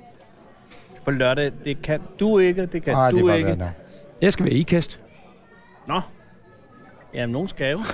På lørdag, det kan du ikke, det kan du det ikke. Jeg skal være ikast. Nå. Jamen, nogen skal jo.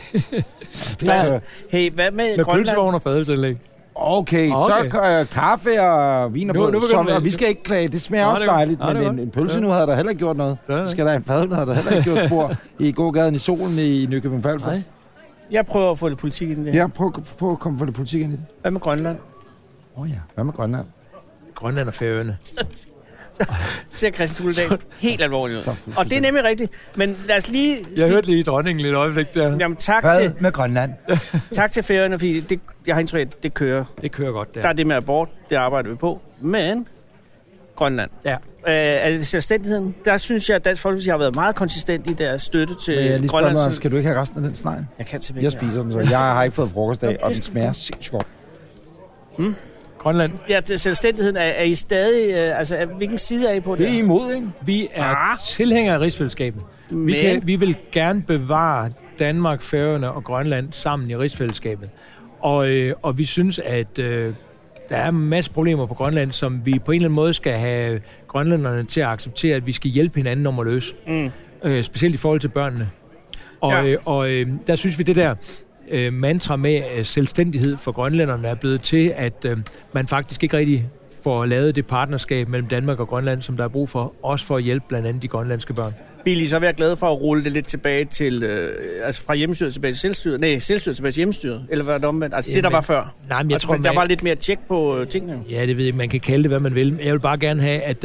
Hey, hvad med Grønland? Med pølsevogn og fadeltillæg. Okay, så kaffe og vin og brød. Og vi skal ikke klage. Det smager også dejligt, men en pølse nu havde der heller ikke gjort noget. Så skal der en fadøl, havde der heller ikke gjort spor i gågaden i solen i Nykøbing Falster. Jeg prøver at få lidt politik ind i det. Ja, prøv at komme få lidt politik ind i det. Hvad med Grønland? Ja, hvad med Grønland? Grønland og Færøerne. Ser Christian Thulesen helt alvorligt ud. Og det er nemlig rigtigt. Men lad os lige... Jeg hørte lige dronningen lidt øjeblik der. Jamen tak til... med Grønland? Tak til Færøerne, fordi jeg har indtryk af, det kører. Det kører godt, der er det med abort, det arbejder vi på. Men Grønland. Ja. Altså selvstændigheden, der synes jeg, at Dansk Folkeparti har været meget konsistent i deres støtte til Grønland. Skal du ikke have resten af den snegl? Jeg kan simpelthen. Jeg spiser den, så jeg har ikke fået frokost af, og den smager sindssygt godt. Grønland. Ja, selvstændigheden er I stadig... altså, hvilken side er I på det? Det er imod, ikke? Vi er tilhængere af rigsfællesskabet. Vi vil gerne bevare Danmark, Færøerne og Grønland sammen i rigsfællesskabet. Og vi synes, der er en masse problemer på Grønland, som vi på en eller anden måde skal have grønlænderne til at acceptere, at vi skal hjælpe hinanden om at løse. Specielt i forhold til børnene. Og der synes vi, det der mantra med selvstændighed for grønlænderne er blevet til, at man faktisk ikke rigtig får lavet det partnerskab mellem Danmark og Grønland, som der er brug for, også for at hjælpe blandt andet de grønlandske børn. Vil I så være glade for at rulle det lidt tilbage til, altså fra hjemmestyret tilbage til selvstyret? Nej, selvstyret tilbage til hjemmestyret? Eller hvad er det omvendt? Altså det, der var før? Nej, men jeg tror, der var lidt mere tjek på tingene. Ja, det ved jeg. Man kan kalde det, hvad man vil. Jeg vil bare gerne have, at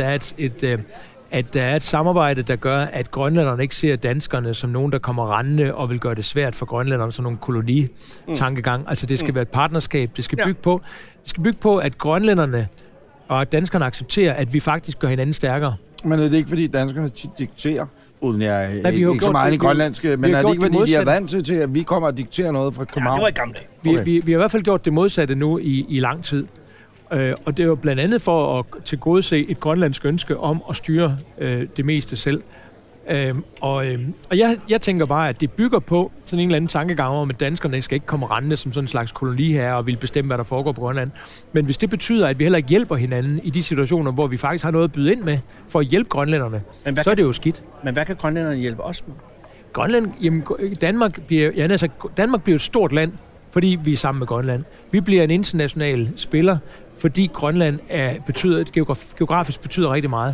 der er et samarbejde, der gør, at grønlænderne ikke ser danskerne som nogen, der kommer rendende og vil gøre det svært for grønlænderne som nogle kolonitankegang. Altså det skal være et partnerskab. Det skal bygge på, at grønlænderne og at danskerne accepterer, at vi faktisk gør hinanden stærkere. Men er det ikke, fordi danskerne dikterer, uden jeg ikke så meget i grønlandske, men er det ikke, fordi de er vant til, at vi kommer og dikterer noget fra København? Ja, det var i gamle dage. Vi har i hvert fald gjort det modsatte nu i lang tid. Og det er jo blandt andet for at tilgodese et grønlandsk ønske om at styre det meste selv. Og jeg tænker bare, at det bygger på sådan en eller anden tankegang om, at danskerne skal ikke komme rendende som sådan en slags koloni her og vil bestemme, hvad der foregår på Grønland. Men hvis det betyder, at vi heller ikke hjælper hinanden i de situationer, hvor vi faktisk har noget at byde ind med for at hjælpe grønlænderne, så er det jo skidt. Men hvad kan grønlænderne hjælpe os med? Danmark bliver et stort land, fordi vi er sammen med Grønland. Vi bliver en international spiller, fordi Grønland geografisk betyder rigtig meget.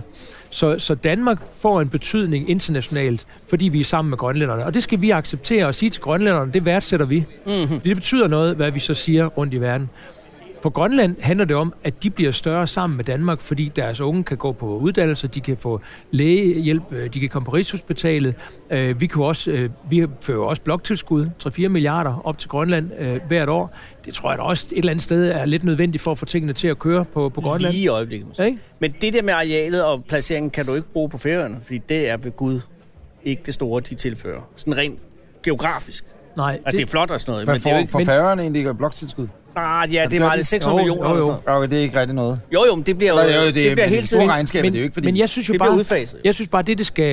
Så Danmark får en betydning internationalt, fordi vi er sammen med grønlænderne. Og det skal vi acceptere og sige til grønlænderne, det værdsætter vi. Mm-hmm. Det betyder noget, hvad vi så siger rundt i verden. For Grønland handler det om, at de bliver større sammen med Danmark, fordi deres unge kan gå på uddannelse, de kan få lægehjælp, de kan komme på Rigshospitalet. Vi fører også bloktilskud, 3-4 milliarder op til Grønland hvert år. Det tror jeg da også et eller andet sted er lidt nødvendigt for at få tingene til at køre på Grønland. Lige i øjeblikket måske. Okay? Men det der med arealet og placeringen kan du ikke bruge på Færøerne, fordi det er ved Gud ikke det store, de tilfører. Sådan rent geografisk. Nej. Altså det er flot og sådan noget. Men det er jo ikke... For Færøerne egentlig gør bloktilskud? Ja, det er meget 600 millioner. Jo. Okay, det er ikke rigtig noget. Jo, men det bliver jo det bliver hele tiden regnskab, det er jo ikke fordi men jeg synes jo bare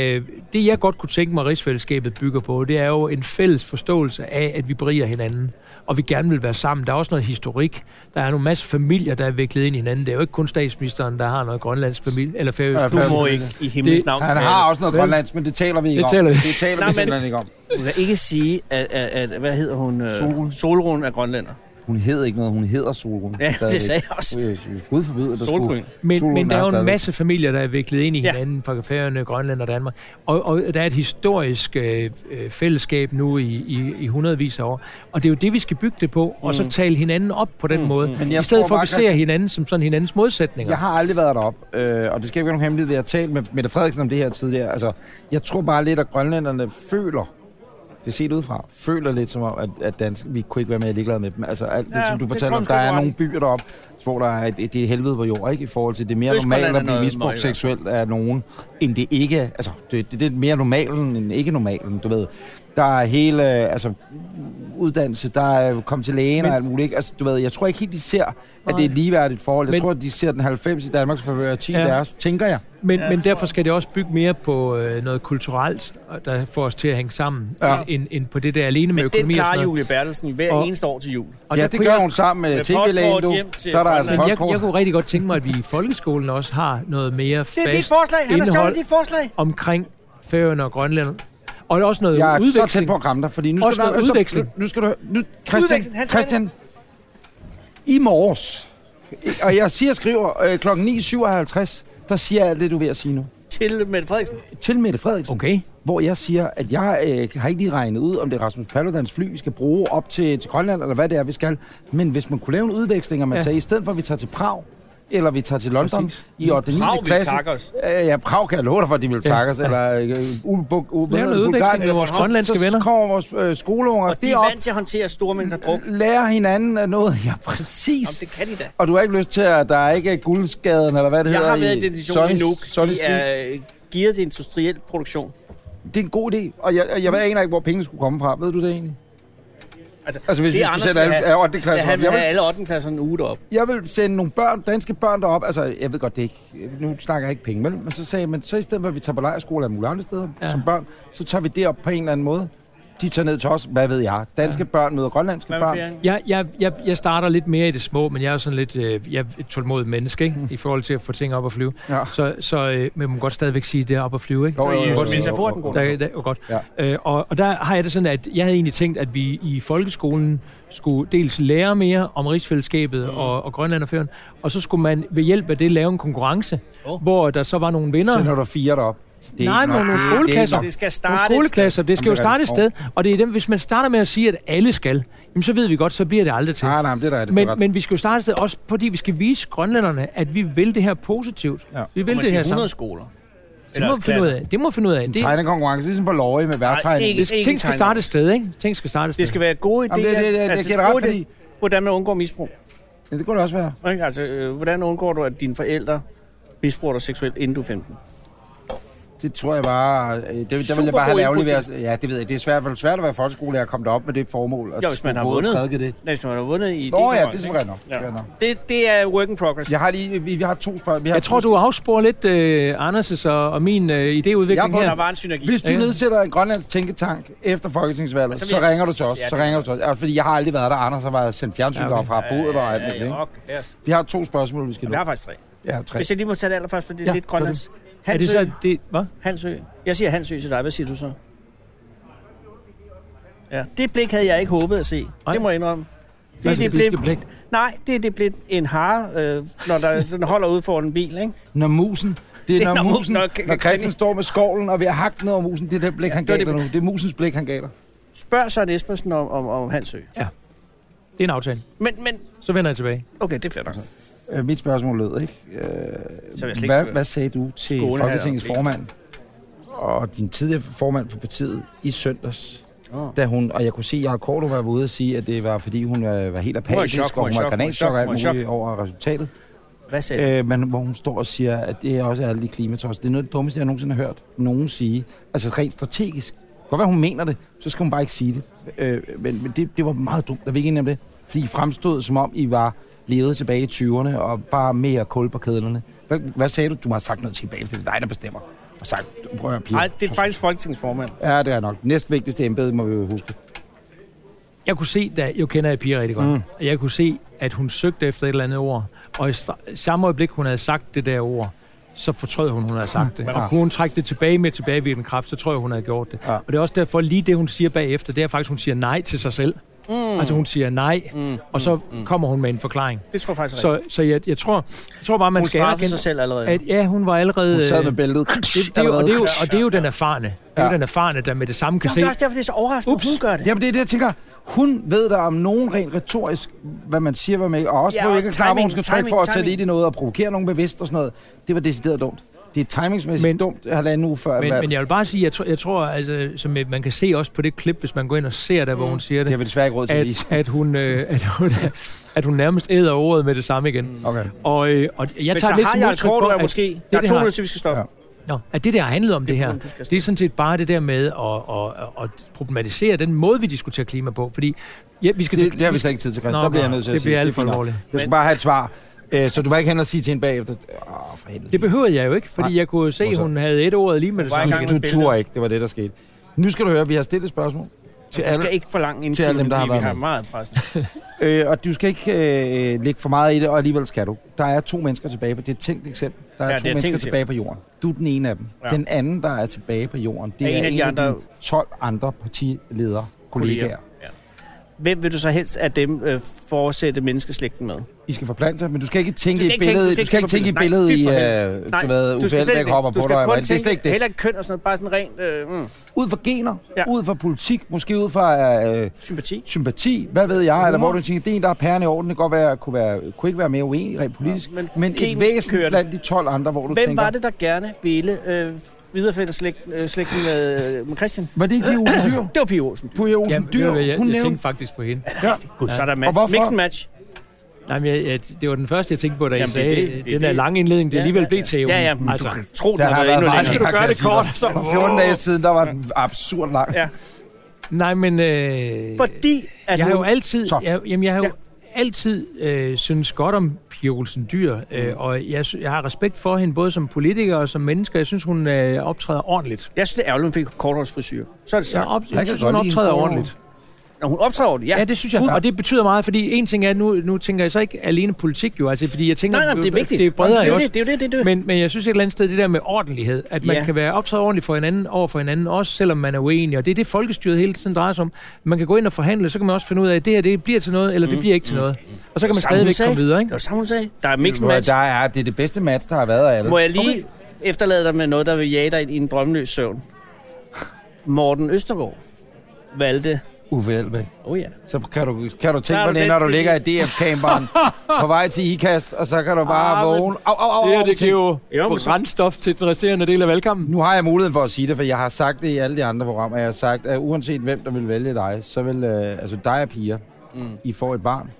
det jeg godt kunne tænke mig rigsfællesskabet bygger på, det er jo en fælles forståelse af, at vi beriger hinanden, og vi gerne vil være sammen. Der er også noget historik. Der er nogle masse familier, der er viklet ind i hinanden. Det er jo ikke kun statsministeren, der har noget grønlandsk familie eller færøsk. Du må ikke i himlens navn. Han har også noget grønlandsk, men det taler vi ikke om. Det taler vi simpelthen ikke om. Du kan ikke sige at hvad hedder hun? Solrun er grønlænder. Hun hedder ikke noget, hun hedder Solrun. Ja, det sagde jeg også. Gud forbyder det. Solgrøn. Men der er jo en masse familier, der er viklet ind i hinanden fra Færøerne, Grønland og Danmark. Og der er et historisk fællesskab nu i hundredvis af år. Og det er jo det, vi skal bygge det på, og så tale hinanden op på den måde. I stedet for at vi ser hinanden som sådan hinandens modsætninger. Jeg har aldrig været deroppe, og det skal ikke være nogen hemmelighed ved at tale med Mette Frederiksen om det her tidligere. Altså, jeg tror bare lidt, at grønlænderne føler, det set udefra, føler lidt som om, at vi kunne ikke være mere ligeglade med dem. Altså alt det, som du fortæller om, der er nogle byer deroppe, hvor der er det er helvede på jord, ikke? I forhold til, det er mere normalt at blive misbrugt seksuelt af nogen, end det ikke, altså det er mere normalt end ikke normalt, du ved. Der er hele, uddannelse, der er kommet til lægen og alt muligt, ikke? Altså, du ved, jeg tror ikke helt, de ser, at det er et ligeværdigt forhold. Jeg tror, at de ser den 90 i Danmark, så får 10 deres, tænker jeg. Men derfor skal det også bygge mere på noget kulturelt, der får os til at hænge sammen, end på det der alene med økonomi. Men det klarer Julie Bertelsen hver eneste år til jul. Og ja, det gør hun sammen med TV-lægen, du. Så er der altså postkort. Jeg kunne rigtig godt tænke mig, at vi i folkeskolen også har noget mere fast indhold omkring Færøerne og Grønland. Og også noget udveksling. Jeg er så tæt på at ramme dig, fordi nu skal du... udveksling. Nu skal du... Christian, i morges, og jeg skriver klokken 9.57, der siger jeg alt det, du er ved at sige nu. Til Mette Frederiksen? Til Mette Frederiksen. Okay. Hvor jeg siger, at jeg har ikke lige regnet ud, om det er Rasmus Paludans fly, vi skal bruge op til Grønland, eller hvad det er, vi skal. Men hvis man kunne lave en udveksling, og man sagde, i stedet for, at vi tager til Prag, eller vi tager til London i 8. 9. klasse. Ja, Prag kan jeg love dig for, at de vil takke os. Eller Bulgarien med vores grønlandske venner. Så kommer vores skoleunger. Og de er vant til at håndtere store mængder druk. Lærer hinanden noget. Ja, præcis. Jamen, det kan de da. Og du har ikke lyst til, at der ikke er guldskaden, eller hvad det hedder. Jeg har været i identition i Nuuk. De er gearet til industriel produktion. Det er en god idé. Og jeg ved ikke, hvor pengene skulle komme fra. Ved du det egentlig? Altså hvis vi skulle sætte alle 8. klasser op. Han vil have alle 8. klasser en uge derop. Jeg vil sende nogle danske børn derop. Altså, jeg ved godt, det ikke... Nu snakker jeg ikke penge, men så sagde jeg, så i stedet for, at vi tager på lejrskole eller mulige andre steder som børn, så tager vi det op på en eller anden måde. De tager ned til os. Hvad ved jeg? Danske børn møder grønlandske børn. Jeg starter lidt mere i det små, men jeg er sådan lidt jeg er et tålmodigt menneske, ikke? I forhold til at få ting op at flyve. Ja. Så man må godt stadigvæk sige, det er op at flyve, ikke? Hvis jeg får den god. Godt. Ja. Og der har jeg det sådan, at jeg havde egentlig tænkt, at vi i folkeskolen skulle dels lære mere om rigsfællesskabet og Grønland og Færøerne, og så skulle man ved hjælp af det lave en konkurrence, hvor der så var nogle vinder. Så når der 4 derop. Nej, nogle skoleklasser. Det skal starte skoleklasser. Det skal jo starte et sted. Og det er dem, hvis man starter med at sige, at alle skal, jamen, så ved vi godt, så bliver det aldrig til. Nej, det er det. Men vi skal jo starte et sted, også fordi vi skal vise grønlænderne, at vi vil det her positivt. Ja. Vi vil det her sammen. 100 skoler. Det må vi finde ud af. Det er en tegnekonkurrence, ligesom på Løje med værtegning. Ting skal starte et sted, ikke? Ting skal starte et sted. Det skal være gode idéer. Det gælder ret, fordi... Hvordan man undgår misbrug. Ja, det kunne det også være. Altså, hvordan undgår du, at dine forældre misbruger dig seksuelt, inden du er 15? Det tror jeg bare... Det vil jeg bare have afleveret. Ja, det ved jeg. Det er svært at være folkeskolelærer og komme derop med det formål. Jo, hvis man har vundet. Det. Hvis man har vundet i... Ja, det er selvfølgelig nok. Ja. Det er work in progress. Vi har 2 spørgsmål. Jeg tror, du afsporer lidt Anders' og min idéudvikling her. Der var en synergi. Hvis du nedsætter en grønlandsk tænketank efter folketingsvalget, så ringer du til os. Fordi jeg har aldrig været der. Anders har været sendt fjernsyn fra boet der og alt det. Vi har 2 spørgsmål, vi skal nå. Vi har faktisk 3. Ja, 3. Hvis jeg lige må tage det allerførst, for det er lidt grønlandsk. Hansø. Er det så hvad? Hansø. Jeg siger Hansø til dig. Hvad siger du så? Ja, det blik havde jeg ikke håbet at se. Nej. Det må jeg indrømme. Det er det blik. Nej, det er blevet en hare, når den holder ude foran en bil, ikke? Når musen. Det er når musen. Når Christian står med skovlen og ved at hakke ned over musen. Det er det blik, han gav dig nu. Det er musens blik, han gav dig. Spørg Søren Espersen om Hansø. Ja. Det er en aftale. Men... Så vender jeg tilbage. Okay, det er fedt nok. Mit spørgsmål lød, ikke? Hvad sagde du til Folketingets formand og din tidligere formand for partiet i søndags, da hun, og jeg kunne se, at Jarl Cordova var ude at sige, at det var, fordi hun var helt apatisk, og hun var granatschok og alt muligt over resultatet. Hvad sagde men hvor hun står og siger, at det er også alle de klimatos. Det er noget af det dummeste, jeg nogensinde har hørt nogen sige. Altså rent strategisk. Godt være, hun mener det, så skal hun bare ikke sige det. Men det var meget dumt, der var ikke enig om det. Fordi I fremstod, som om I var levet tilbage i 20'erne, og bare mere kul på kedlerne. Hvad sagde du? Du må have sagt noget tilbage, for det er dig, der bestemmer. Og sagt, prøv at blive... Nej, det er faktisk folketingsformand. Ja, det er nok. Næstvigtigste embede, må vi jo huske. Jeg kunne se, da jeg kender Pia rigtig godt, jeg kunne se, at hun søgte efter et eller andet ord, og i samme øjeblik, hun havde sagt det der ord, så fortrød hun havde sagt det. Og kunne hun trække det tilbage med tilbagevirkende kraft, så tror jeg, hun havde gjort det. Ja. Og det er også derfor, lige det, hun siger bagefter, det er faktisk, hun siger nej til sig selv. Altså hun siger nej, og så kommer hun med en forklaring. Det tror jeg faktisk så jeg tror bare, man skal anerkende sig selv allerede. At hun var allerede... Hun sad med bæltet. Det er jo den erfarne. Det er jo den erfarne, der med det samme kan se. Det er også derfor, det er så overraskende, at hun gør det. Jamen det er det, jeg tænker. Hun ved der om nogen rent retorisk, hvad man siger, hvad man ikke... Og også på ikke klar, hvor hun skal trykke for at sætte i noget og provokere nogen bevidst og sådan noget. Det var decideret dumt. Det er timingsmæssigt dumt, halvanden uge før. Men jeg vil bare sige, jeg tror altså, som man kan se også på det klip, hvis man går ind og ser der, hvor hun siger det. Det har vi desværre ikke råd til at vise. At hun nærmest æder ordet med det samme igen. Okay. Og jeg tager lidt som udtryk for, at måske. Der er 2 minutter, vi skal stoppe. Ja. At det der har handlet om det her, det er sådan set bare det der med at problematisere den måde, vi diskuterer klima på. Fordi vi skal det har vi slet ikke tid til, Christian. Der bliver jeg nødt til at sige. Det bliver alt for alvorligt. Jeg skal bare have et svar. Så du var ikke hen og sige til hende bagefter? Det behøver jeg jo ikke, fordi jeg kunne se, at hun havde et ord lige med det samme. Du turde ikke, det var det, der skete. Nu skal du høre, vi har stillet et spørgsmål. Til alle, skal ikke forlange en til dem, der har været vi har meget præst. Og du skal ikke lægge for meget i det, og alligevel skal du. Der er 2 mennesker tilbage på det. Det er et tænkt eksempel. Der er 2 mennesker tilbage på jorden. Du er den ene af dem. Ja. Den anden, der er tilbage på jorden, det er en af de 12 andre partiledere, kollegaer. Ja. Hvem vil du så helst af dem fortsætte menneskeslægten med? I skal forplante, men du skal ikke tænke i billedet. Du skal ikke tænke i billedet i Uffe Elbæk hopper på dig. Du skal kun tænke heller ikke køn og sådan noget, bare sådan rent... Ud fra gener, ud fra politik, måske ud fra sympati, hvad ved jeg, eller hvor du tænker, det er en, der er pærende i orden, det kan godt være, kunne ikke være mere uenig rent politisk, men et væsen blandt de 12 andre, hvor du tænker... Hvem var det, der gerne ville viderefælde slægten med Christian? Var det ikke Pia Olsen Dyr? Det var Pia Olsen. Pia Olsen Dyr. Jeg tænkte faktisk på hende. Ja. Gud, så er der match. Mix and match. Nej, men det var den første, jeg tænkte på, da jeg sagde, den der lange indledning, det alligevel blev til. Ja, men altså, du kan tro, den har været endnu længere. Du gør det kort. For 14 dage siden, der var den absurd lang. Ja. Nej, men... Fordi at jeg har jo altid... Jeg har jo altid synes godt om Pia Olsen Dyhr, og jeg har respekt for hende, både som politiker og som menneske. Jeg synes, hun optræder ordentligt. Jeg synes, det er ærgerligt, hun fik korthårsfrisyr. Så er det sagt. Jeg synes, hun optræder ordentligt. Når hun optræder ordentligt, ja, det synes jeg. Og det betyder meget, fordi en ting er, nu tænker jeg så ikke alene politik jo, altså, fordi jeg tænker, nej, det er vigtigt. Det er bredere jo også. Det er det. Men jeg synes et eller andet sted, det der med ordentlighed, at man kan være optrædet ordentligt for hinanden, over for hinanden, også selvom man er uenig, og det er det, folkestyret hele tiden drejer sig om. Man kan gå ind og forhandle, så kan man også finde ud af, at det her, det bliver til noget, eller det bliver ikke til noget. Og så kan man stadigvæk komme videre, ikke? Det var samme, hun sagde. Der er mixed match. Det er det bedste match, der har været af alle. Må jeg lige efterlade dig med noget, der vil jage dig i en drømmeløs søvn? Morten Østergaard valgte Uffe Elbæk. Ja. Så kan du tænke på det, når du ligger i DF-camperen på vej til IKAST, og så kan du bare vågne. Det giver jo brændstof til den resterende del af valgkampen. Nu har jeg muligheden for at sige det, for jeg har sagt det i alle de andre programmer. Jeg har sagt, at uanset hvem, der vil vælge dig, så vil dig og Pia, I får et barn.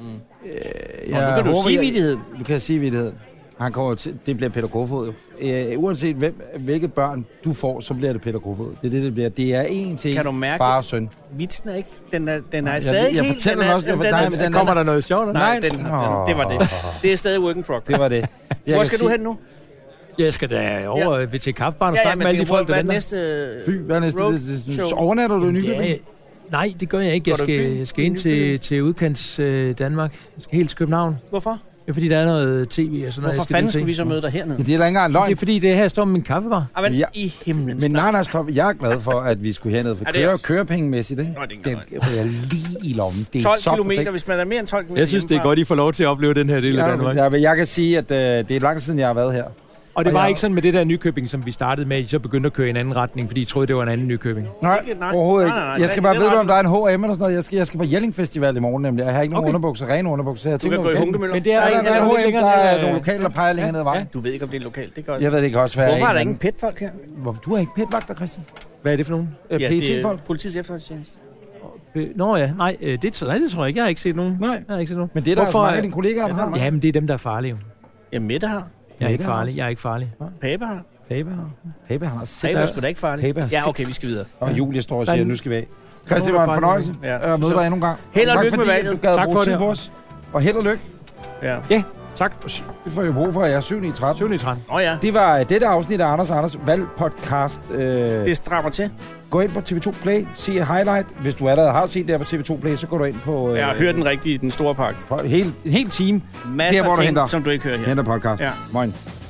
Nu kan du sige vittigheden. Du kan sige vittigheden. Han kommer til, det bliver Peter Kofod jo. Uanset hvilket børn du får, så bliver det Peter Kofod. Det er det bliver. Det er en til far og søn. Vitsen er ikke, den er stadig helt. Jeg fortæller også, den kommer der noget sjovt. Nej, det var det. Det er stadig working progress. Det var det. Hvor skal du hen nu? Jeg skal da over til kaffebaren og snakke med alle de folk, der venter. Hvad er næste? Overnatter du i Nykøbing? Nej, det gør jeg ikke. Jeg skal ind til udkants Danmark. Jeg skal helt til København. Hvorfor? Ja, fordi der er noget tv og sådan noget. Hvorfor fanden skulle vi så møde dig hernede? Det er da ikke engang løgn. Det er fordi, det her jeg står med min kaffebar. I himlen. Men nej, stop. Jeg er glad for, at vi skulle hernede. For kørepengemæssigt, ikke? Det er lige i lommen. Det er 12 kilometer, hvis man er mere end 12 kilometer. Jeg synes, det er godt, I får lov til at opleve den her del af Danmark. Ja, jeg kan sige, at det er lang siden, jeg har været her. Og det var ikke sådan med det der Nykøbing, som vi startede med, at I så begyndte at køre i en anden retning, fordi I troede, det var en anden Nykøbing. Nej, overhovedet ikke. Jeg skal bare vide, om der er en H&M eller sådan noget. Jeg skal på Jelling Festival i morgen, nemlig. Jeg har ikke nogen underbukser, rene underbukser. Jeg tænker, du kan gå i Hunkemøller. Men det er en H&M, der er nogle lokale, der peger længere ned ad vejen. Du ved ikke, om det er lokalt. Det kan jeg ved det ikke også være. Hvorfor er der ingen petfolk her? Du har ikke petvagter, Christian? Hvad er det for nogen? PET-folk? Politiets efterretningstjeneste. Nå ja, nej, det tror jeg ikke. Jeg har ikke set nogen. Nej, jeg har ikke set nogen. Men det er der mange af dine kollegaer, der har. Ja, men det er dem, der er farlige. Ja, Mette har. Jeg er ikke farlig. Pape har. Pape har Pape er sgu da ikke farlig. Ja, okay, vi skal videre. Og Julie står og siger, nu skal vi af. Christian, det var en fornøjelse at møde dig endnu en gang. Held og lykke med valget. Tak for det. Og held og lykke. Ja, tak. Det får jeg brug for, jeg er 7-9-13. Ja. Det var dette afsnit af Anders valgpodcast. Det strammer til. Gå ind på TV2 Play, se et highlight. Hvis du allerede har set det på TV2 Play, så går du ind på... hør den rigtige, den store pakke. En hel time. Masser af ting, som du ikke hører her. Henter podcast. Ja. Moin.